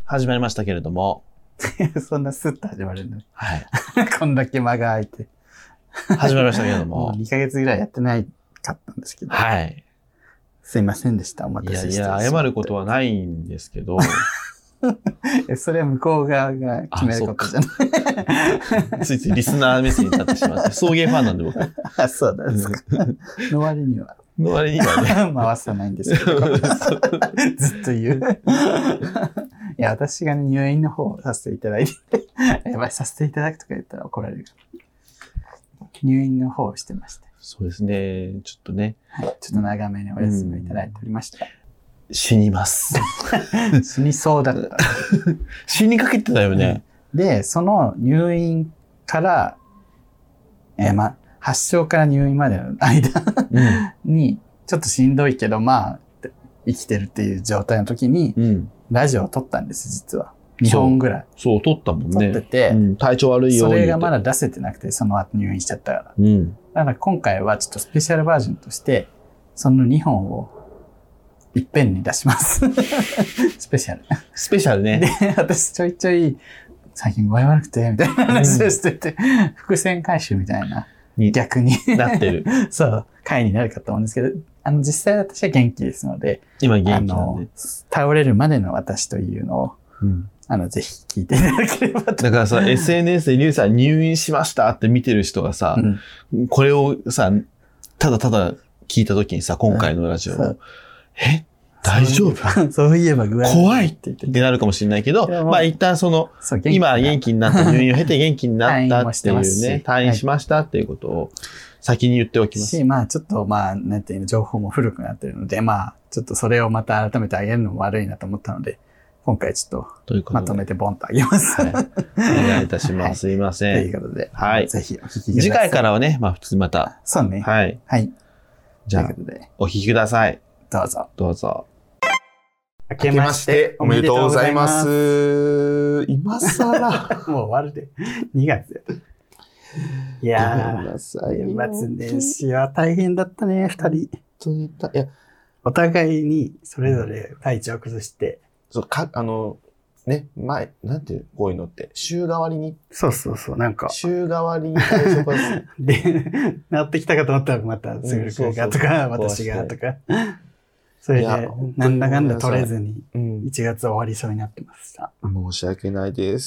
始まりましたけれども。 そんなスッと始まるのに。 はい。 こんだけ間が空いて。 始まりましたけれども。 2ヶ月ぐらいやってないかったんですけど。 はい。 すいませんでした。お待たせして。 いや、謝ることはないんですけど。 それは向こう側が決めることじゃない。 ついついリスナー目線に立ってしまって、送迎ファンなんで僕。 あ、そうなんですか。の割には。 の割にはね。 回さないんですけど。ずっと言う。いや、私が入院の方をさせていただいて、やばい、させていただくとか言ったら怒られるから。入院の方をしてました。 そうですね。ちょっとね。 はい。ちょっと長めにお休みをいただいておりました。 死にます。 死にそうだった。 死にかけてたよね。 で、その入院から、発症から入院までの間に、ちょっとしんどいけど、生きてるっていう状態の時に、ラジオを撮ったんです、実は。2本ぐらい。 そう、撮ったもんね。 撮ってて、 体調悪いよ。 それがまだ出せてなくて、その後入院しちゃったから。だから今回はちょっとスペシャルバージョンとして、その2本をいっぺんに出します。スペシャル。 スペシャルね。 で、私ちょいちょい、最近具合悪くて、みたいな話をしてて、伏線回収みたいな。逆に。 なってる。 そう、回になるかと思うんですけど、実際私は元気ですので、 今元気なんで。 倒れるまでの私というのを、ぜひ聞いていただければと。 だからさ、SNS でリュウさん入院しましたって見てる人がさ、これをさ、ただただ聞いたときにさ、今回のラジオ、大丈夫そういえば具合怖いってなるかもしれないけど、一旦今元気になった入院を経て元気になったっていうね、退院しましたっていうことを先に言っておきます。 ちょっとなんていうの、情報も古くなってるので、ちょっとそれをまた改めてあげるのも悪いなと思ったので、今回ちょっとまとめてボンとあげます。 お願いいたします。すいません。 ということで、ぜひお聞きください。 次回からはね、普通にまた。 そうね。 はい。じゃあ、お聞きください。 どうぞ。 どうぞ。 明けましておめでとうございます。 今更。 もう終わるで。2月や。いやー、年末年始は大変だったね、2人。お互いにそれぞれ体調崩して。 なんていう、こういうのって、週替わりに。 そう、 週替わりに体調崩す。 で、治ってきたかと思ったらまた、すぐるくんがとか、私がとか。それで、なんだかんだ取れずに、1月終わりそうになってました。 申し訳ないです。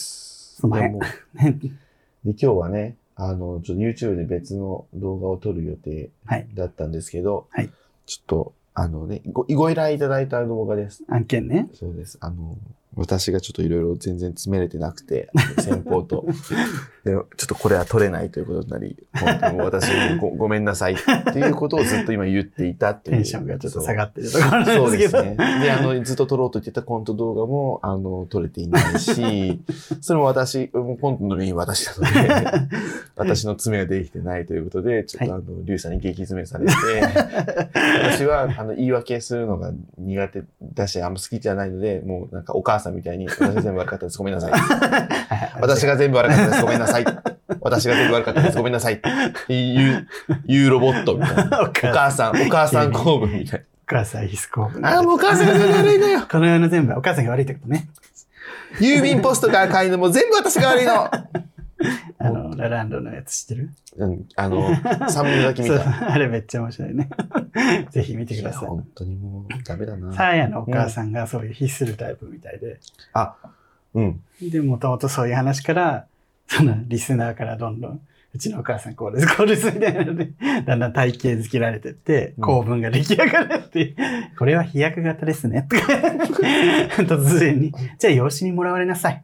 で、今日はね、ちょっと YouTube で別の動画を撮る予定だったんですけど、ちょっと、ご依頼いただいた動画です。 案件ね。 そうです。私がちょっといろいろ全然詰めれてなくて、先方と。で、ちょっとこれは取れないということになり、本当に私ごめんなさいっていうことをずっと今言っていたっていう。 テンションがちょっと下がってるところなんですけど。そうですね。 で、ずっと撮ろうと言ってたコント動画も、撮れていないし、それもコントの時に私なので、私の詰めができてないということで、ちょっとリュウさんに激詰めされて、私は、言い訳するのが苦手だし、あんま好きじゃないので、もうなんかお母さんみたいに、私が全部悪かったです。ごめんなさい。私が全部悪かったです。ごめんなさい。私が全部悪かったです。ごめんなさい。っていうロボットみたいな。お母さん公文みたいな。 お母さん必須公文。 もうお母さんが全部悪いのよ。 この世の全部はお母さんが悪いってことね。 郵便ポストから買いのも全部私が悪いの。 ラランドのやつ知ってるサムネだけ見た。 あれめっちゃ面白いね。ぜひ見てください。 本当にもうダメだな。 サーヤのお母さんがそういう必須るタイプみたいで。で、もともとそういう話から、リスナーからどんどん、うちのお母さんこうです、みたいなので、だんだん体型づけられてって、構文が出来上がるって、これは飛躍型ですね、とか、突然に、じゃあ養子にもらわれなさい。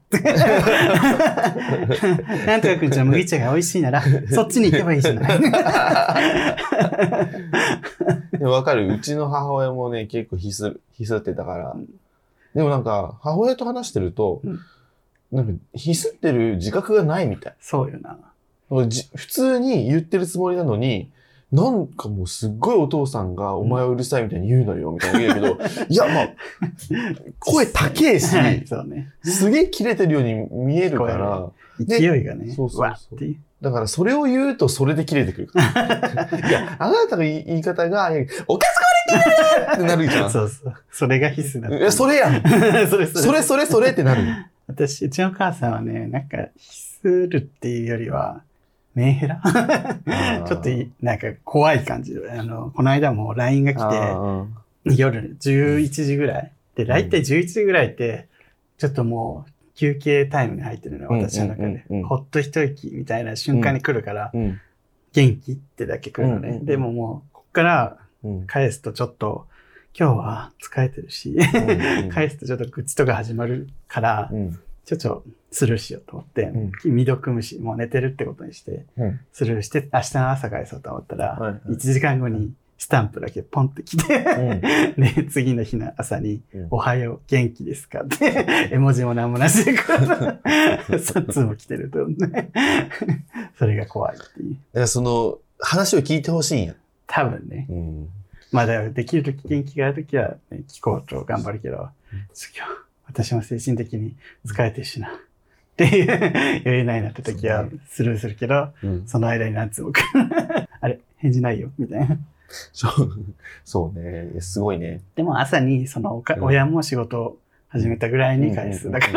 なんとかくんちの麦茶が美味しいなら、そっちに行けばいいじゃない。 わかる。うちの母親もね、結構ひすってたから。でもなんか、母親と話してると、なんか、ひすってる自覚がないみたい。 そうよな。 普通に言ってるつもりなのに、なんかもうすっごいお父さんがお前はうるさいみたいに言うのよ、みたいな言うけど、いや、声高えし、すげえ切れてるように見えるから、 勢いがね、 そうだからそれを言うとそれで切れてくる。いや、あなたの言い方が、おかしく悪いってなるじゃん。 そうそう。それが必須だった。 それやん。それってなる。 私、うちの母さんはね、なんか、必須るっていうよりは、メンヘラちょっとなんか怖い感じ。この間も LINE が来て、夜11時ぐらい。で、だいたい11時ぐらいって、ちょっともう休憩タイムに入ってるの、私の中で。ほっと一息みたいな瞬間に来るから、元気ってだけ来るのね。でももう、こっから返すとちょっと、今日は疲れてるし、返すとちょっと愚痴とか始まるから、ちょっとスルーしようと思って、未読無視、もう寝てるってことにして、スルーして、明日の朝返そうと思ったら、1時間後にスタンプだけポンって来て、で、次の日の朝に、おはよう、元気ですかって、絵文字も何もなしでから、3通も来てるとね。それが怖いっていう。 だからその、話を聞いてほしいんや。 多分ね。まあだからできるとき元気があるときは、ね、聞こうと頑張るけど、今日、私も精神的に疲れてるしな。っていう余裕ないなってときはスルーするけど、その間に何つもあれ返事ないよみたいな。 そうね。すごいね。 でも朝にその親も仕事を始めたぐらいに返す。だから、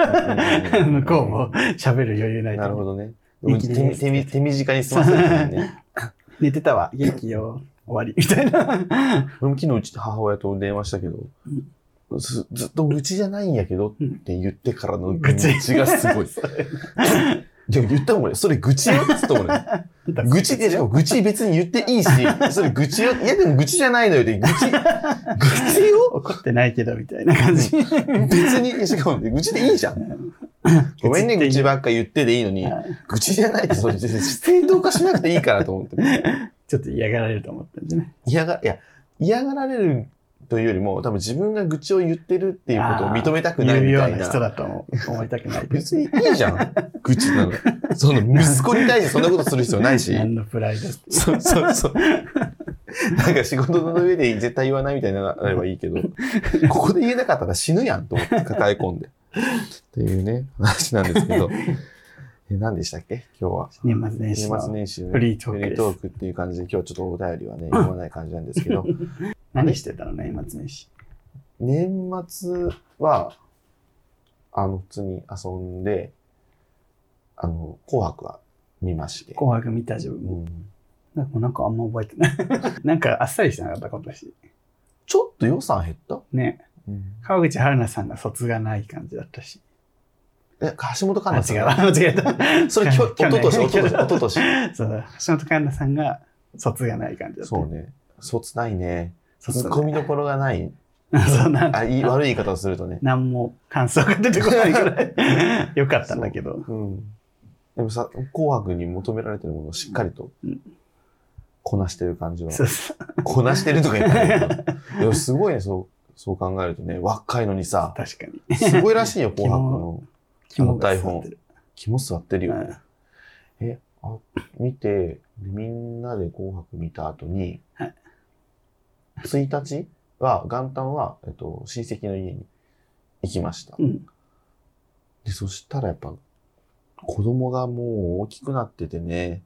向こうも喋る余裕ない。 なるほどね。手短に済ませるからね。 寝てたわ。元気よ。終わり。みたいな。 俺も昨日うち母親と電話したけど、ずっと愚痴じゃないんやけどって言ってからの愚痴がすごい。でも言ったもんね。それ愚痴よって言ったもんね。愚痴で、しかも愚痴別に言っていいし、それ愚痴よ。いやでも愚痴じゃないのよって、愚痴よ怒ってないけどみたいな感じ。別に、しかも愚痴でいいじゃん。ごめんね、愚痴ばっか言ってでいいのに、愚痴じゃないって、それ正当化しなくていいからと思って。 ちょっと嫌がられると思ったんじゃない？ 嫌がられるというよりも、多分自分が愚痴を言ってるっていうことを認めたくないみたいな。 言うような人だと思いたくない。 別にいいじゃん。愚痴なの。その息子に対してそんなことする必要ないし。 何のプライドって。 そう。なんか仕事の上で絶対言わないみたいになればいいけど、ここで言えなかったら死ぬやんと思って抱え込んで。っていうね、話なんですけど。何でしたっけ今日は。 年末年始のフリートークっていう感じで、今日ちょっとお便りはね、読まない感じなんですけど。 何してたの年末年始。 年末は、普通に遊んで、紅白は見まして。 紅白見た自分も。なんかあんま覚えてない。なんかあっさりしてなかった今年。 ちょっと予算減ったね。川口春奈さんが卒がない感じだったし。 橋本環奈さん。 間違えた。 それ、おととし。 そうだ。橋本環奈さんが卒がない感じだった。 そうね。卒ないね。ツッコミどころがない。 そうなん悪い言い方をするとね。 何も感想が出てこないくらいよかったんだけど。 でもさ、紅白に求められてるものをしっかりとこなしてる感じは。こなしてるとか言ったらいいけど。すごいね、そう考えるとね、若いのにさ。 確かに。 すごいらしいよ、紅白の台本。肝座ってるよね。見て、みんなで紅白見た後に、1日は、元旦は、親戚の家に行きました。で、そしたらやっぱ、子供がもう大きくなっててね。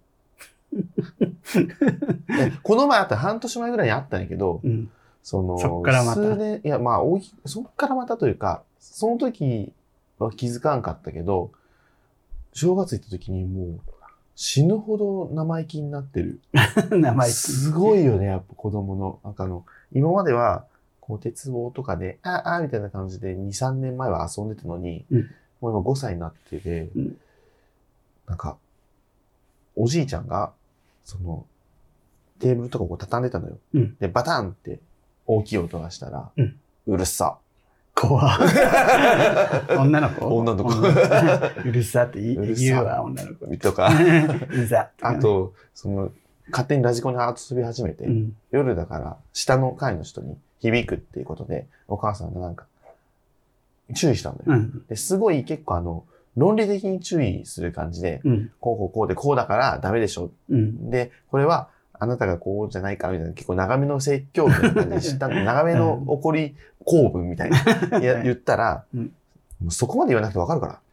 この前あった半年前ぐらいにあったんやけど、 そっからまた。 数年、いや、まあ、そっからまたというか、その時は気づかんかったけど、正月行った時にもう、死ぬほど生意気になってる。 生意気。 すごいよね、やっぱ子供の。なんか今までは、こう、鉄棒とかで、みたいな感じで2、3年前は遊んでたのに、もう今5歳になってて、なんか、おじいちゃんが、テーブルとかこう畳んでたのよ。で、バタンって大きい音がしたら、うるさ。 怖女の子うるさって言うわ、女の子。 とか。 うるさ。 あと、勝手にラジコンに遊び始めて、夜だから下の階の人に響くっていうことで、お母さんがなんか、注意したんだよ。ですごい結構論理的に注意する感じで、こうでこうだからダメでしょ。で、これはあなたがこうじゃないからみたいな結構長めの説教みたいな感じで知った長めの怒り公文みたいな言ったら、もうそこまで言わなくてわかるから。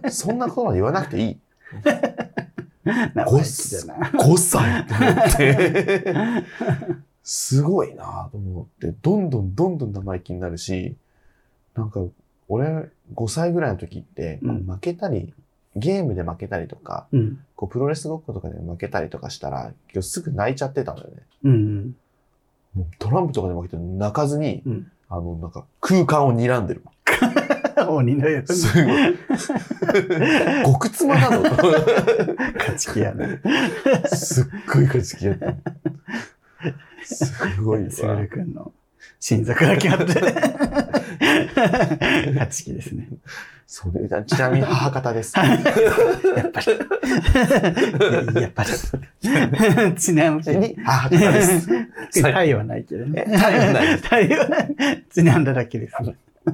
そんなことまで言わなくていい。5歳って思って。 すごいなと思って、どんどん生意気になるし、なんか、俺、5歳ぐらいの時って、負けたり、ゲームで負けたりとか、こうプロレスごっことかで負けたりとかしたら、今日すぐ泣いちゃってたんだよね。もうトランプとかで負けて泣かずに、なんか空間を睨んでる。 鬼のように。 すごい。極妻なの勝ち気やね。 すっごい勝ち気やった。すごいわ。 すぐるくんの親族が決まって。勝ち気ですね。 そうね。ちなみに母方です。 やっぱり。やっぱり。ちなみに母方です。 タイはないけどね。 タイはないです。 タイはちなんだだけです。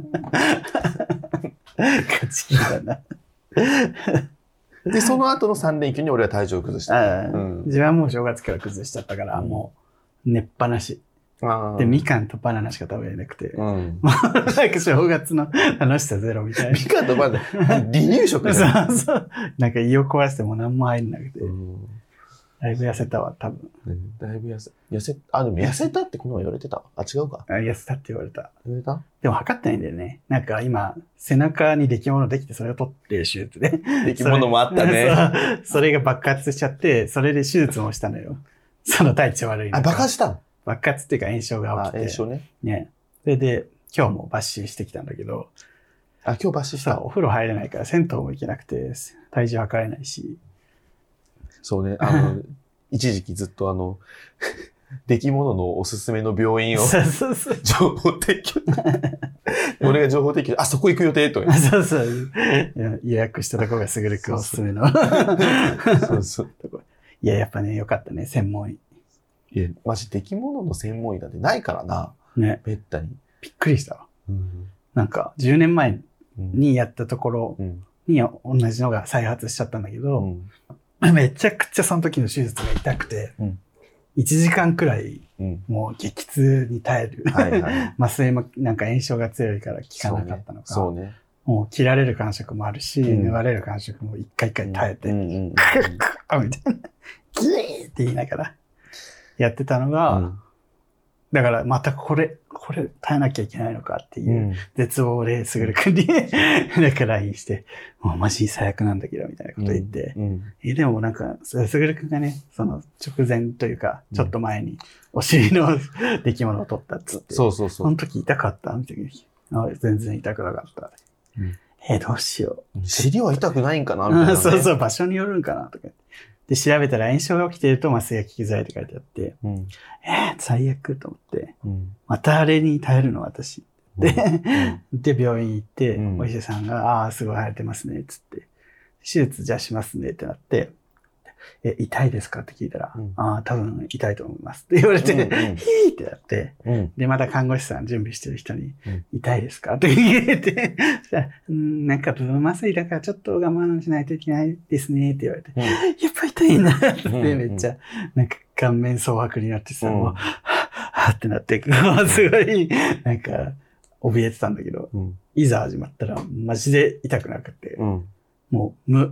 勝ち気だな。 で、その後の3連休に俺は体調を崩した。 自分はもう正月から崩しちゃったから、もう寝っぱなし。で、みかんとバナナしか食べれなくて。なんか正月の楽しさゼロみたいな。 みかんとバナナ、離乳食そうそう。なんか胃を壊しても何も入んなくて。だいぶ痩せたわ、多分。 だいぶでも痩せたってこの前言われてた？違うか。 痩せたって言われた。 言われた？ でも測ってないんだよね。なんか今、背中に出来物できてそれを取って手術で。 出来物もあったね。 それが爆発しちゃって、それで手術もしたのよ。その体調悪いの。 爆発したの？ 爆発っていうか炎症が起きて。 炎症ね。 ね。それで、今日も抜歯してきたんだけど。 今日抜歯した？ お風呂入れないから銭湯も行けなくて、体重測れないし。 そうね。一時期ずっと出来物のおすすめの病院を情報提供。俺が情報提供、そこ行く予定と。 そうそう。予約したとこがすぐるくんおすすめの。そうそう。いや、やっぱね、よかったね、専門医。 いや、マジ出来物の専門医なんてないからな。 ね。 めったに。 びっくりしたわ。なんか、10年前にやったところに同じのが再発しちゃったんだけど、めちゃくちゃその時の手術が痛くて、1時間くらい、もう激痛に耐える。麻酔もなんか炎症が強いから効かなかったのか。そうね。もう切られる感触もあるし、縫われる感触も一回一回耐えて、みたいな。ギーって言いながらやってたのが、だからまたこれ耐えなきゃいけないのかっていう絶望ですぐるくんになんか LINE して、もうマジ最悪なんだけどみたいなこと言って、でもなんかすぐるくんがね、その直前というかちょっと前にお尻の出来物を取ったっつって、その時痛かったみたいな。全然痛くなかった。どうしよう。尻は痛くないんかなみたいな、ね。 そうそう、場所によるんかなとか。で、調べたら炎症が起きていると麻酔が効きづらいって書いてあって、最悪と思って、またあれに耐えるの私。で、病院行って、お医者さんが、すごい腫れてますね、つって、手術じゃあしますねってなって、痛いですかって聞いたら、多分痛いと思いますって言われて、ヒーってなって、で、また看護師さん準備してる人に、痛いですかって言われて、なんか部分麻酔だからちょっと我慢しないといけないですねって言われて、やっぱ痛いんだってめっちゃ、なんか顔面蒼白になってさ、もう、はぁってなって、すごい、なんか、怯えてたんだけど、いざ始まったらマジで痛くなくて、もう、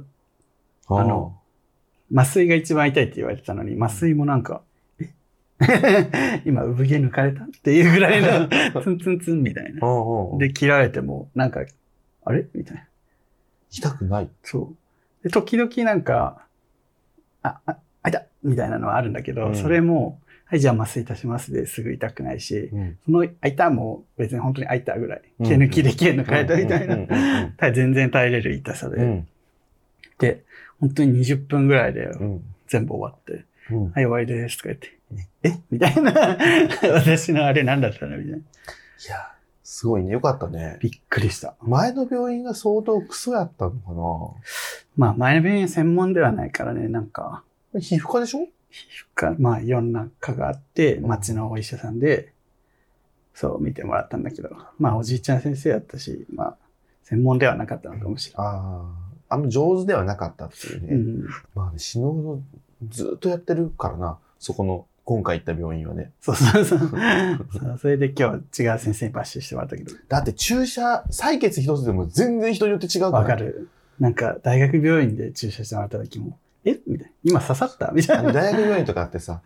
麻酔が一番痛いって言われてたのに、麻酔もなんか、今産毛抜かれたっていうぐらいのツンツンツンみたいな。で、切られても、なんか、あれみたいな。 痛くない。 そう。で、時々なんか、あいたみたいなのはあるんだけど、それも、はい、じゃあ麻酔いたしますですぐ痛くないし、そのあいたも別に本当にあいたぐらい、毛抜きで毛抜かれたみたいな、全然耐えれる痛さで。で、本当に20分ぐらいで全部終わって、はい、終わりですとか言って、みたいな。私のあれ何だったのみたいな。いや、すごいね。よかったね。 びっくりした。 前の病院が相当クソやったのかな。 まあ、前の病院専門ではないからね、なんか。 皮膚科でしょ？ 皮膚科、まあ、いろんな科があって、町のお医者さんで、そう見てもらったんだけど、まあ、おじいちゃん先生やったし、まあ、専門ではなかったのかもしれない。 あんま上手ではなかったっていうね。まあ、死のうのずっとやってるからな、そこの、今回行った病院はね。 そう。それで今日違う先生に抜歯してもらったけど。 だって採血一つでも全然人によって違うから。 わかる。なんか、大学病院で注射してもらった時も、みたいな。今刺さったみたいな。 大学病院とかってさ、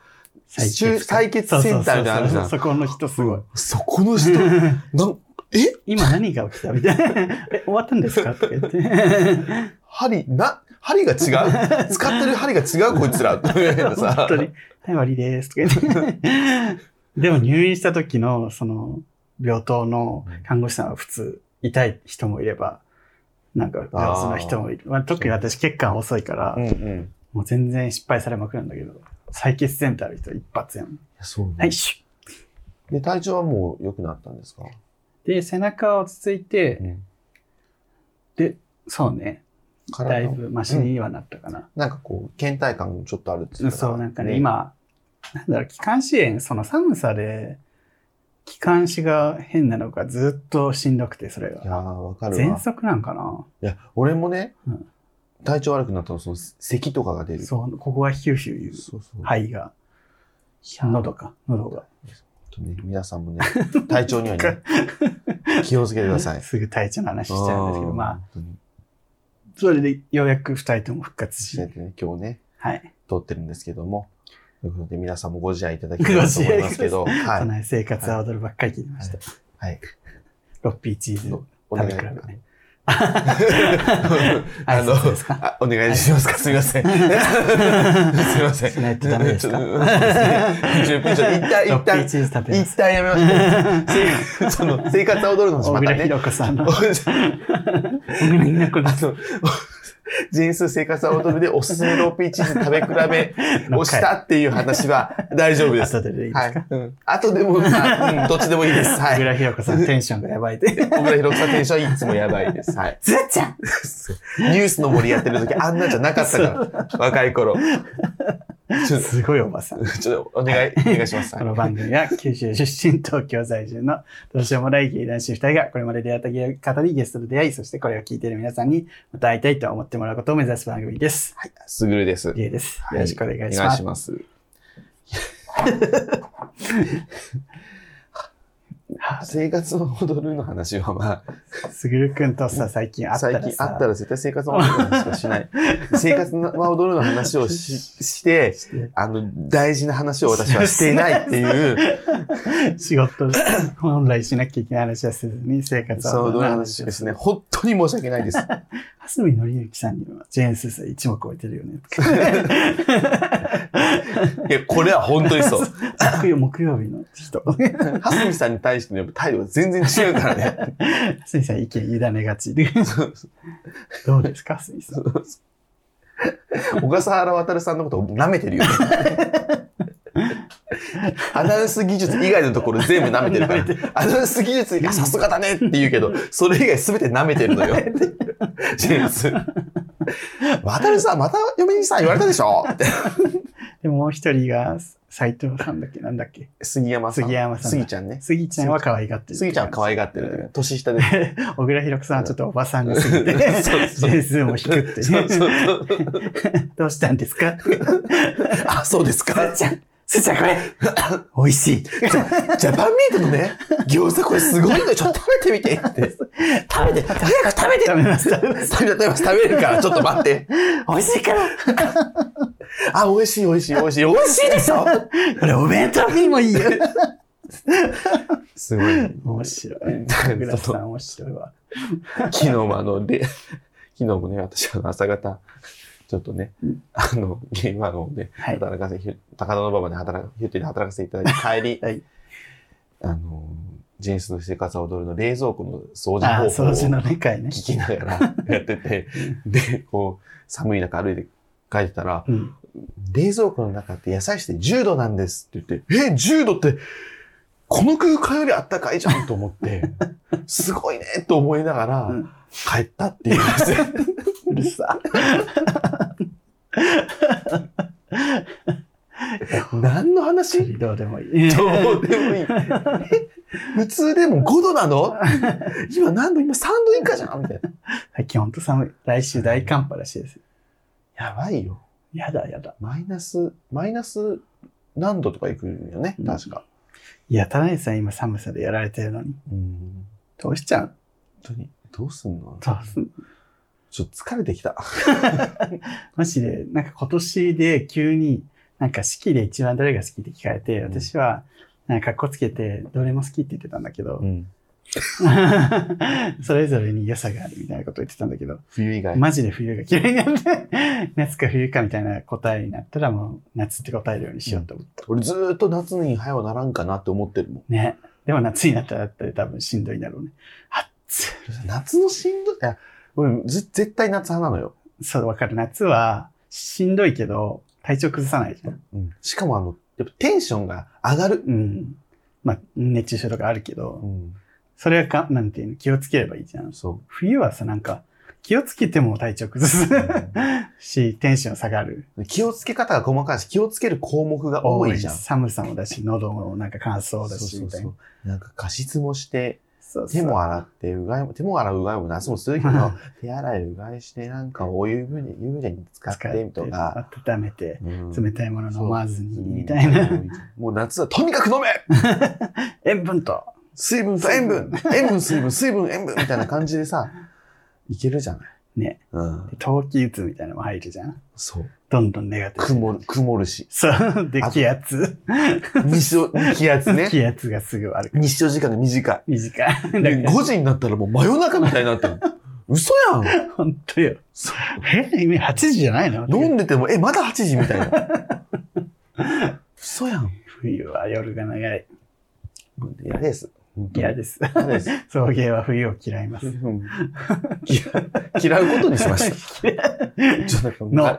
採血センターみたいなのあるじゃん。 そこの人すごい。 そこの人、 今何が起きたみたいな。終わったんですかとか言って。 針が違う使ってる針が違うこいつら。 本当に。はい、終わりです。とか言って。でも入院した時の、病棟の看護師さんは普通、痛い人もいれば、なんか、上手な人もいる。特に私血管遅いから、もう全然失敗されまくるんだけど、採血センターの人一発やん。 そうね。 はい、シュッ。で、体調はもう良くなったんですか？ で、背中は落ち着いて、で、そうね。だいぶマシにはなったかな。 なんかこう、倦怠感ちょっとあるって言ってた。 そう、なんかね、今、気管支炎、その寒さで、気管支が変なのがずっとしんどくて、それが。 いやー、わかるわ。 喘息なんかな？ いや、俺もね、体調悪くなったの、咳とかが出る。 そう、ここがヒューヒュー言う。 そうそう。 肺が。喉が。 皆さんもね、体調にはね、気をつけてください。 すぐ体調の話しちゃうんですけど、まあ、それでようやく二人とも復活して、 今日ね、 はい。 撮ってるんですけども、ということで皆さんもご自愛いただきたいと思いますけど、 はい。生活は踊るばっかり聞いてました。 はい。 ロッピーチーズ食べ比べね。 お願いしますか？すいません。すいません。 しないとダメですか？ 一旦やめましょう。生活は踊るの小倉弘子さんの。 ジェンス生活は踊るでおすすめローピーチーズ食べ比べをしたっていう話は大丈夫です。 後でいいですか？ 後でも、どっちでもいいです。 小倉弘子さんテンションがやばいで。 小倉弘子さんテンションはいつもやばいです。はい。 ずっちゃんニュースの森やってる時あんなんじゃなかったから、若い頃。 すごいおばさん。 ちょっとお願いします。 この番組は九州出身、東京在住のどうしようもない芸男子二人がこれまで出会った方にゲストで出会い、そしてこれを聞いている皆さんにまた会いたいと思ってもらうことを目指す番組です。 はい。すぐるです。 りえです。よろしくお願いします。 お願いします。生活を踊るの話はまあ。 すぐるくんとさ、最近会ったら絶対生活は踊るの話しかしない。生活は踊るの話をして、大事な話を私はしていないっていう。 仕事、本来しなきゃいけない話はせずに生活は踊る話ですね。本当に申し訳ないです。 蓮見紀之さんにはジェーンスーさん一目置いてるよね。 いや、これは本当にそう。 木曜日の人。 蓮見さんに対しての態度が全然違うからね。 蓮見さん意見委ねがち。どうですか、蓮見さん。 小笠原渉さんのことを舐めてるよね。アナウンス技術以外のところ全部舐めてるから。アナウンス技術がさすがだねって言うけど、それ以外全て舐めてるのよ。ジェームス。渡さん、また嫁にさん言われたでしょって。 でももう一人が、斉藤さんだっけなんだっけ杉山さん。 杉ちゃんね。 杉ちゃんは可愛がってる。 杉ちゃんは可愛がってる。年下で。 小倉弘子さんはちょっとおばさんが過ぎて、点数も低くって。どうしたんですかあ、そうですか。 すーちゃんこれ、美味しい。 ジャパンミートのね、餃子これすごいのちょっと食べてみてって。食べて、早く食べて。 食べます。 食べるからちょっと待って。 美味しいから。 あ、美味しいでしょこれお弁当にもいいよ。 すごい。 面白い。グラスさん面白いわ。 昨日もね、私朝方、ちょっとね、現場のね、働かせ、高田馬場でヒュッテで働かせていただいて、帰り、ジェンスの生活は踊るの冷蔵庫の掃除方法を聞きながらやってて、で、こう、寒い中歩いて帰ってたら、冷蔵庫の中って野菜室で10度なんですって言って、10度ってこの空間よりあったかいじゃんと思って、すごいねと思いながら帰ったっていう。 うるさ。 何の話？ どうでもいい。 普通でも5度なの？今何度？今3度以下じゃんみたいな。 最近ほんと寒い。来週大寒波らしいです。 やばいよ。 やだ。 マイナス何度とか行くよね、確か。 いや、田中さん今寒さでやられてるのに。どうしちゃう？ 本当に。どうすんの？ ちょっと疲れてきた。 マジで、なんか今年で急に、 なんか式で一番どれが好きって聞かれて、私は、なんかカッコつけて、どれも好きって言ってたんだけど、それぞれに良さがあるみたいなことを言ってたんだけど、 冬以外。 マジで冬が嫌いになって、夏か冬かみたいな答えになったらもう夏って答えるようにしようと思った。 俺ずーっと夏に早うならんかなって思ってるもん。 ね。でも夏になったら多分しんどいんだろうね。 夏のしんどい、いや、俺絶対夏派なのよ。 そう、わかる。夏はしんどいけど、体調崩さないじゃん。 しかもやっぱテンションが上がる。 まあ、熱中症とかあるけど、それはなんていうの、気をつければいいじゃん。冬はさ、なんか、気をつけても体調崩すし、テンション下がる。 気をつけ方が細かいし、気をつける項目が多いじゃん。 寒さもだし、喉もなんか乾燥だし、みたいな。 なんか加湿もして、手も洗って、手も洗ううがいも夏もするけど、手洗いうがいして、なんかお湯船に使ってとか。 温めて、冷たいもの飲まずに、みたいな。 もう夏はとにかく飲め塩分と。 水分と塩分塩分、水分、水分、塩分みたいな感じでさ、いけるじゃない。 ね。冬季うつみたいなのも入るじゃん。 そう。 どんどんネガティブ。 曇るし。 そう。で、気圧。 気圧ね。 気圧がすぐ悪く。 日照時間が短い。 短い。 5時になったらもう真夜中みたいになってる。嘘やん。 ほんとよ。8時じゃないの？ 飲んでても、まだ8時みたいな。嘘やん。 冬は夜が長い。 嫌です。 嫌です。送迎は冬を嫌います。 嫌うことにしました。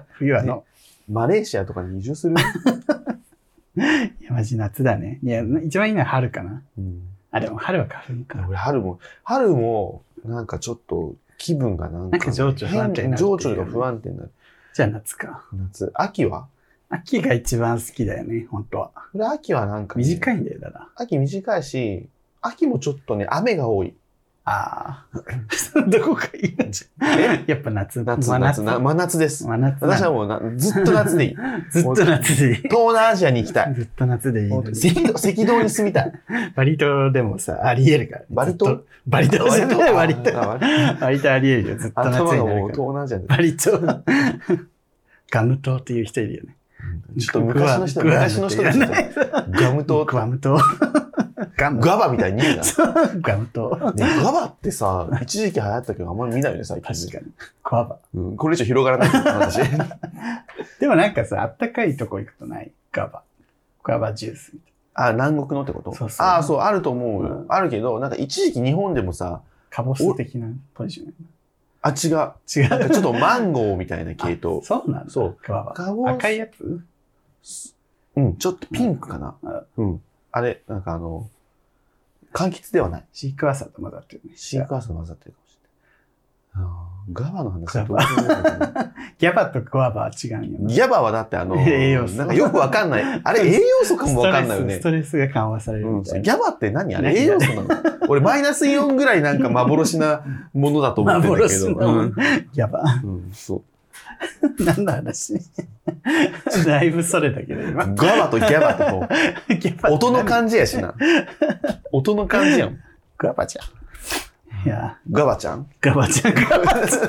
冬はの。 マレーシアとかに移住する？ いや、マジ夏だね。いや、一番いいのは春かな。あ、でも春は花粉か。 俺春も、なんかちょっと気分がなんか情緒不安定になる。 情緒が不安定になる。 じゃあ夏か。 夏。秋は？ 秋が一番好きだよね、本当は。 秋はなんか、 短いんだよ、だな。 秋短いし、秋もちょっとね、雨が多い。 ああ。どこかいいのじゃん。やっぱ夏。 真夏です。 真夏。 私はもうずっと夏でいい。 ずっと夏でいい。 東南アジアに行きたい。 ずっと夏でいい。 赤道に住みたい。 バリ島でもさ、あり得るから。 バリ島じゃない割とあり得るよ。ずっと夏になるから。 頭がもう東南アジアで。 バリ島。ガム島っていう人いるよね。 ちょっと昔の人ですよ。ガム島。 ガム島。 ガバみたいに言うな。 ガム島。 ガバってさ、一時期流行ったけどあんまり見ないよね、最近。 確かに。ガバ。 これ以上広がらない話。 でもなんかさ、あったかいとこ行くとないガバ。ガバジュースみたいな。あ、南国のってこと？ そう。 あると思うよ。あるけど、なんか一時期日本でもさ、 カボス的なポジション。 あ、違う。なんかちょっとマンゴーみたいな系統。 そうなんだ。 そう。 赤いやつ？ ちょっとピンクかな。あれ、なんか柑橘ではない。 シークワーサーと混ざってるね。 シークワーサーと混ざってるかもしれない。ガバの話はどうギャバとグアバは違うんよ。 ギャバはだって栄養素。 なんかよくわかんない。あれ栄養素かもわかんないよね。 ストレスが緩和されるみたいな。 ギャバって何あれ栄養素なの？俺マイナスイオンぐらいなんか幻なものだと思ってるんだけど。 ギャバ。 そう。 何の話？だいぶそれだけど今。 ガバとギャバって音の感じやしな。音の感じやん。 ガバちゃん。いや。 ガバちゃん？ ガバちゃん。ガバちゃん。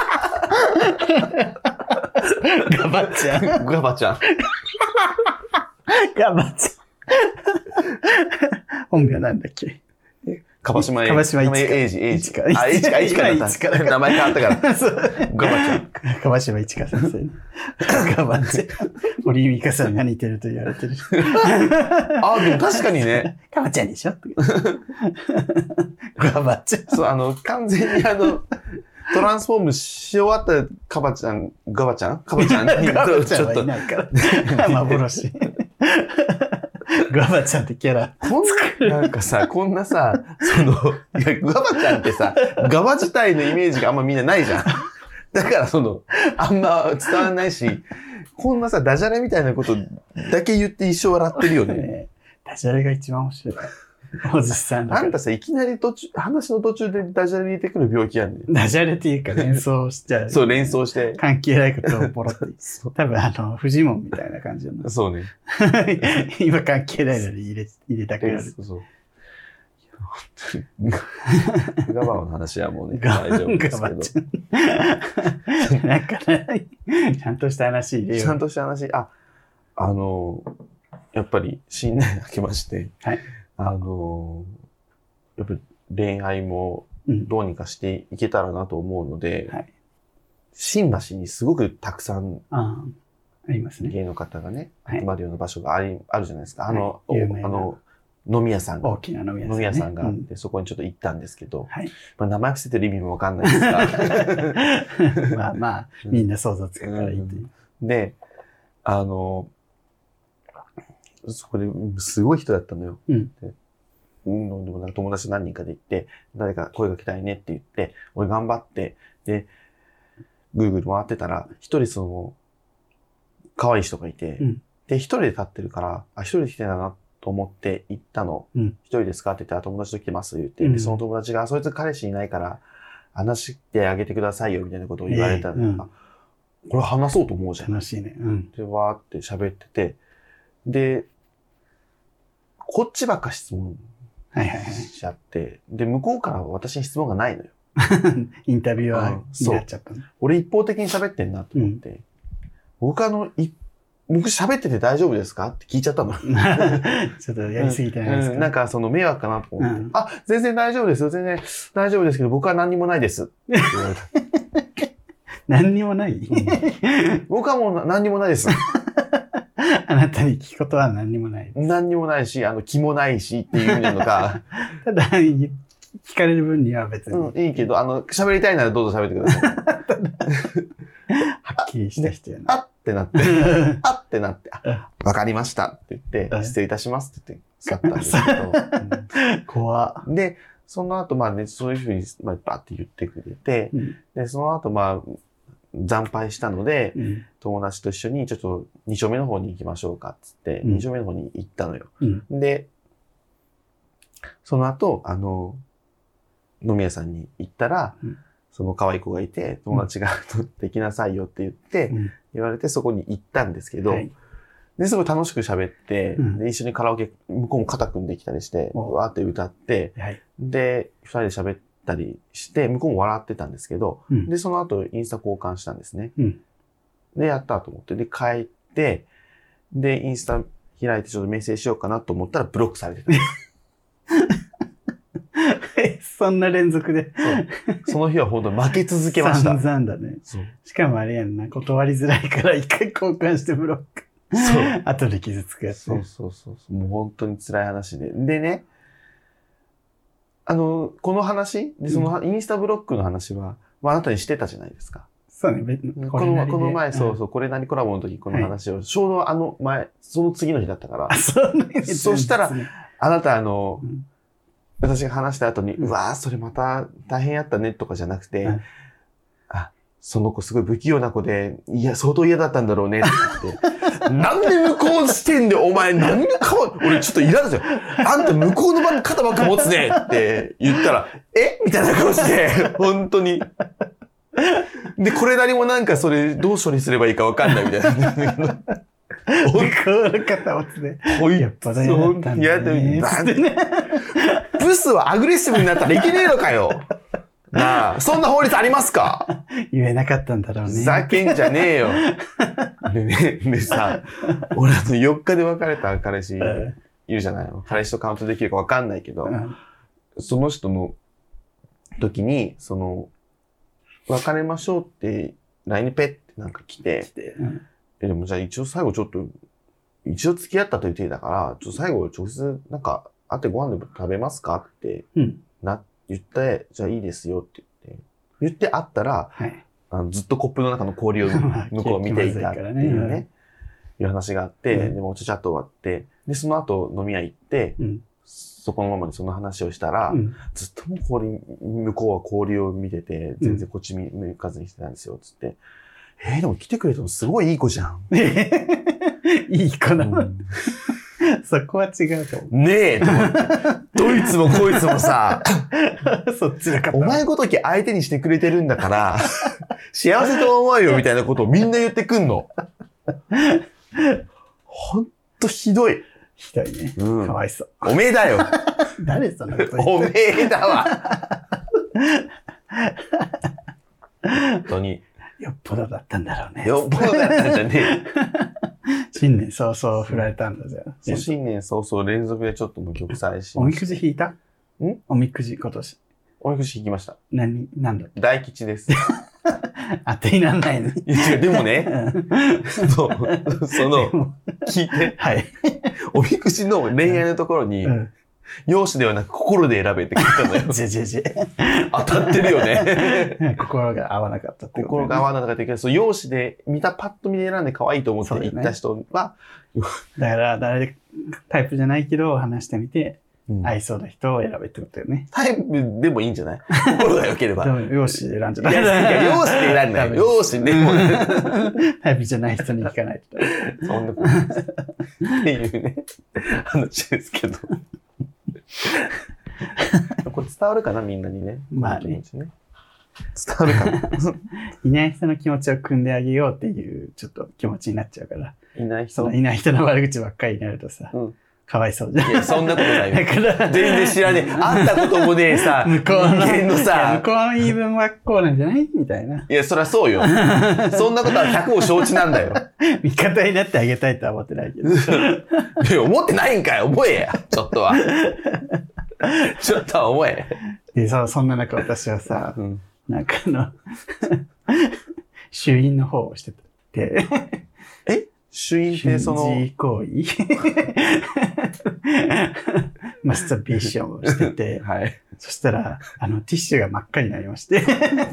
ガバちゃん。 ガバちゃん。 ガバちゃん。本名なんだっけ？ 川島英二か。 あ、英二か。 名前変わったから。ガバちゃん。 川島一華先生。ガバちゃん。堀井美香さんが似てると言われてる。 あ、でも確かにね。 ガバちゃんでしょ？ガバちゃん。 そう、完全にトランスフォームし終わったガバちゃんに、 ガバちゃんはいないから。幻。ガバちゃんってキャラ。 なんかさ、こんなさ、ガバちゃんってさ、ガバ自体のイメージがあんまみんなないじゃん。だからあんま伝わらないし、こんなさ、ダジャレみたいなことだけ言って一生笑ってるよね。 ダジャレが一番面白い。おじさん。 あんたさ、いきなり話の途中でダジャレ入れてくる病気やんねん。 ダジャレっていうか連想しちゃう。 そう、連想して。 関係ないことをポロって。多分フジモンみたいな感じな。 そうね。 今関係ないのに入れたくなる。 そう。ガバの話はもうね、大丈夫ですけど。 なんかね、ちゃんとした話入れよう。 ちゃんとした話。 やっぱり新年明けまして、 はい、 やっぱり恋愛もどうにかしていけたらなと思うので、 はい、 新橋にすごくたくさんありますね。 芸の方がね、集まるような場所があるじゃないですか。飲み屋さんが。 大きな飲み屋さん、ね。 飲み屋さんがあって、そこにちょっと行ったんですけど、 はい、 名前伏せてる意味もわかんないですが。 まあまあ、みんな想像つくからいいという。 で、そこですごい人だったのよ。でもなんか友達何人かで行って、誰か声かけたいねって言って、俺頑張って、で、ぐるぐる回ってたら、一人可愛い人がいて、で、一人で立ってるから、一人で来てたなと思って行ったの。一人ですかって言って、友達と来てます言って、で、その友達が、そいつ彼氏いないから、話してあげてくださいよ、みたいなことを言われたのが、これ話そうと思うじゃん。 楽しいね。 で、わーって喋ってて、で、こっちばっか質問しちゃって、で、向こうから私に質問がないのよ。 インタビュアーになっちゃったの。 俺一方的に喋ってんなと思って、僕喋ってて大丈夫ですかって聞いちゃったの。 ちょっとやりすぎてないですか、 なんか迷惑かなと思って、全然大丈夫ですよ。全然大丈夫ですけど、僕は何にもないです。って言われた。 何にもない、 僕はもう何にもないです。 あなたに聞くことは何にもない。 何にもないし、気もないしっていう意味なのか。 ただ、聞かれる分には別に。 いいけど、喋りたいならどうぞ喋ってください。 はっきりした人やな。 ってなって、わかりましたって言って、失礼いたしますって言って、去ったんですけど。 怖で、その後、そういうふうに、バッて言ってくれて、で、その後、惨敗したので、友達と一緒にちょっと2丁目の方に行きましょうかっつって、2丁目の方に行ったのよ。で、その後、飲み屋さんに行ったら、その可愛い子がいて、友達が取ってきなさいよって言って、言われてそこに行ったんですけど、で、すごい楽しく喋って、で、一緒にカラオケ、向こうも肩組んできたりして、わーって歌って、で、二人で喋ったりして、向こうも笑ってたんですけど、で、その後インスタ交換したんですね。で、やったと思って、で、帰って、で、インスタ開いてちょっとメッセージしようかなと思ったらブロックされてた。 そんな連続で。 その日は本当に負け続けました。 散々だね。しかもあれやんな、断りづらいから一回交換してブロック。後で傷つくやつ。 そう。もう本当に辛い話で。でね、この話で、そのインスタブロックの話は、あなたにしてたじゃないですか。 そうね、 この前、これ何コラボの時この話を、ちょうどその次の日だったから。そしたら、あなた私が話した後に、うわぁ、それまた大変やったねとかじゃなくて、その子すごい不器用な子で、相当嫌だったんだろうねって言って、なんで向こう視点でお前何が俺ちょっとイラだよ。あんた向こうの場に肩ばっか持つねって言ったら、みたいな顔して、本当に。で、これなりもなんかそれどう処理すればいいかわかんないみたいな。 向こうの肩持つね。やっぱだよ。 ブスはアグレッシブになったらいけねえのかよ。なあ、そんな法律ありますか？ 言えなかったんだろうね。 ふざけんじゃねえよ。でさ、俺4日で別れた彼氏いるじゃないの。彼氏とカウントできるかわかんないけど、その人の時に、別れましょうって LINE にペッてなんか来て、でもじゃあ一応最後一応付き合ったという体だから、最後直接なんか会ってご飯でも食べますかって言って、じゃあいいですよって言って会ったら、ずっとコップの中の氷を向こう見ていたっていうね、いう話があって、でもちゃっと終わって、で、その後飲み屋行って、そこのままにその話をしたら、ずっともう向こうは氷を見てて、全然こっち向かずにしてたんですよ、つって。でも来てくれたのすごいいい子じゃん。 いい子なの。そこは違うと思う。 ねえ、どいつもこいつもさ、 そっちの方。 お前ごとき相手にしてくれてるんだから、幸せと思うよみたいなことをみんな言ってくんの。ほんとひどい。 ひどいね。かわいそう。 おめえだよ。 誰そんなこと言って。 おめえだわ。本当に。 よっぽどだったんだろうね。 よっぽどだったんじゃねえ。 新年早々振られたんだぜ。 そう、新年早々連続でちょっと無曲再生。 おみくじ引いた？おみくじ今年。 おみくじ引きました。 なんだっけ？ 大吉です。 当てになんないの。 いや違う、でもね、聞いて。 はい。 おみくじの恋愛のところに、容姿ではなく心で選べって聞いたのよ。当たってるよね。 心が合わなかったってこと、ね。 心が合わなかったけど、そう、容姿でパッと見で選んで可愛いと思って行った人は、 だから誰タイプじゃないけど話してみて、合いそうな人を選べってことよね。 タイプでもいいんじゃない？心が良ければ。 容姿で選んじゃない。 いや、容姿で選んない。容姿でも。 タイプじゃない人に聞かないと。 そんなことです。っていうね、話ですけど。これ伝わるかなみんなにね。 まあね。 伝わるかないない人の気持ちを汲んであげようっていうちょっと気持ちになっちゃうから。 いない人の悪口ばっかりになるとさ。かわいそうじゃん。 いや、そんなことないよ。全然知らねえ。会ったこともねえさ、 向こうのさ。 向こうの言い分はこうなんじゃないみたいな。 いや、そりゃそうよ。そんなことは100を承知なんだよ。 味方になってあげたいとは思ってないけど。 いや、思ってないんかい。覚えや。ちょっとは。ちょっとは覚え。 でさ、そんな中私はさ、なんか衆院の方をしてて。 衆院ってその。 人事行為マスターベーションをしてて。 はい。 そしたら、ティッシュが真っ赤になりまして。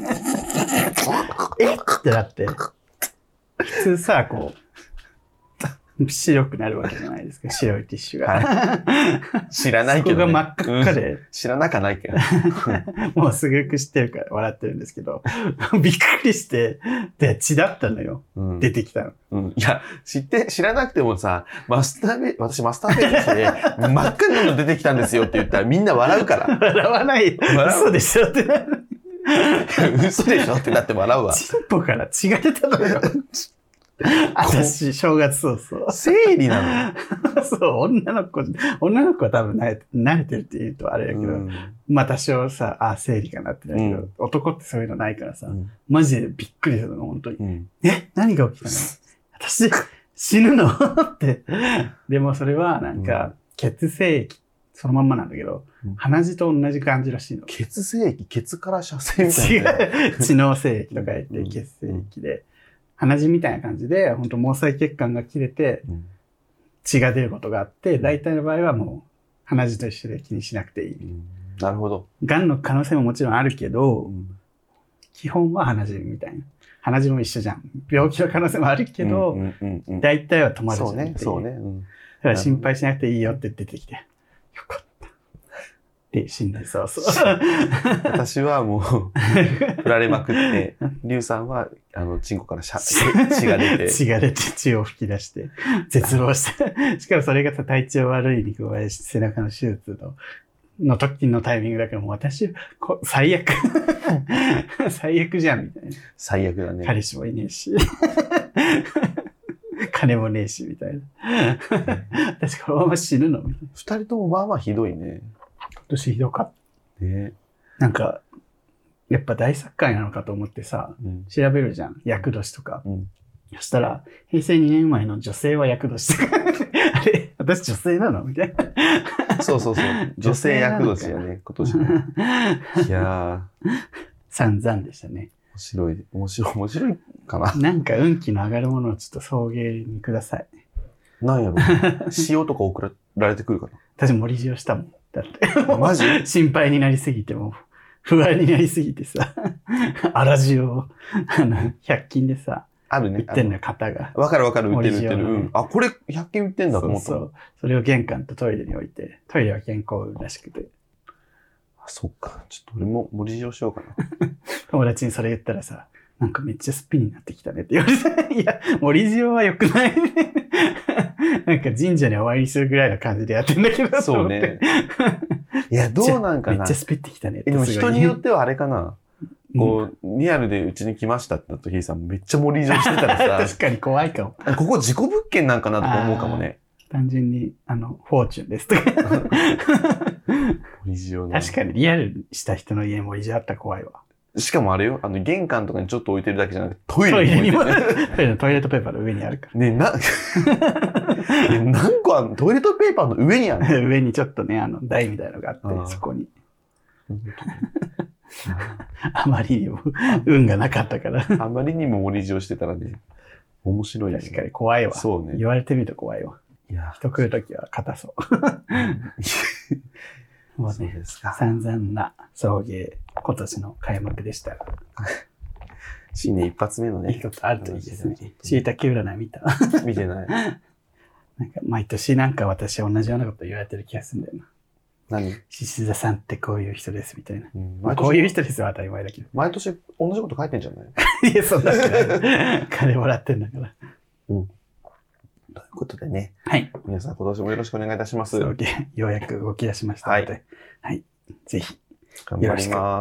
えってなって。普通さ、こう、白くなるわけじゃないですか。白いティッシュが。 はい、知らないけど、ね。 そこが真っ赤っかで。 知らなかないけど。 もうすぐく知ってるから笑ってるんですけど、びっくりして、で、血だったのよ。出てきたの。 いや、知らなくてもさ、私マスターベーションで真っ赤なの出てきたんですよって言ったらみんな笑うから。 笑わない。嘘でしょってなる。 嘘でしょってなって笑うわ。 チンポから血が出たのよ。私、正月早々。 生理なのそう、女の子は多分慣れてるって言うとあれだけど、まあ多少さ、生理かなってなるけど、男ってそういうのないからさ、マジでびっくりするの、本当に。何が起きたの？私、死ぬのって。でもそれはなんか、血清液、そのまんまなんだけど、鼻血と同じ感じらしいの。 血清液、ケツから射精みたいな。 違う。知能精液とか言って血清液で。鼻血みたいな感じで、本当毛細血管が切れて、血が出ることがあって、大体の場合はもう、鼻血と一緒で気にしなくていい。 なるほど。 癌の可能性ももちろんあるけど、基本は鼻血みたいな。鼻血も一緒じゃん。病気の可能性もあるけど、大体は止まるじゃんっていう。 そうね。 だから心配しなくていいよって出てきて、よかった。で、新年早々。 私はもう、振られまくって、リュウさんは、チンコから血が出て。 血が出て血を吹き出して、絶望して。しかもそれが体調悪いに加え、背中の手術の時のタイミングだからもう私、最悪。最悪じゃん、みたいな。 最悪だね。 彼氏もいねえし。金もねえし、みたいな。私このまま死ぬのみたいな。 二人ともまあまあひどいね。 今年ひどかった。 ね。 なんか、やっぱ大作界なのかと思ってさ、調べるじゃん。厄年とか。そしたら、平成2年生まれの女性は厄年とか。あれ私女性なのみたいな。そう。女性厄年やね、今年も。いやー。 散々でしたね。 面白いかな。 なんか運気の上がるものをちょっと送迎にください。 なんやろ塩とか送られてくるかな。 私盛り塩したもん。だって。 マジ？ 心配になりすぎても、不安になりすぎてさ、粗塩を、100均でさ、 あるね。 売ってんのよ、型が。 わかる、売ってる。あ、これ100均売ってんだと思った。 そう。それを玄関とトイレに置いて、トイレは健康運らしくて。 そっか。ちょっと俺も盛り塩しようかな。 友達にそれ言ったらさ、なんかめっちゃスピになってきたねって言われて、いや、盛り塩は良くないね。なんか神社にお参りするぐらいの感じでやってんだけど。 そうね。いや、どうなんかな。 めっちゃスピってきたねって。 でも人によってはあれかな。こう、リアルでうちに来ましたってなった時さ、めっちゃ盛り塩してたらさ。 確かに怖いかも。 ここ事故物件なんかなとか思うかもね。 単純に、フォーチュンですとか。 盛り塩ね。 確かにリアルした人の家盛り塩あったら怖いわ。 しかもあれよ、玄関とかにちょっと置いてるだけじゃなくて、トイレに置いてる。 トイレットペーパーの上にあるから。 ね、何個あんの？トイレットペーパーの上にあるの？ 上にちょっとね、台みたいなのがあって、そこに。あまりにも運がなかったから。 あまりにも盛り塩してたらね、面白いね。 確かに怖いわ。 そうね。 言われてみると怖いわ。いや、人来るときは硬そう。もうね、散々な送迎、今年の開幕でした。 新年一発目のね。 いいことあるといいですね。椎茸占い見た？ 見てない。 なんか毎年なんか私同じようなこと言われてる気がするんだよな。 何？ 獅子座さんってこういう人ですみたいな。こういう人ですは当たり前だけど。 毎年同じこと書いてんじゃない？ いや、そんなわけない。金もらってんだから。 うん。ということでね。 はい。 皆さん今年もよろしくお願いいたします。 ようやく動き出しましたので。はい。ぜひ。 頑張ります。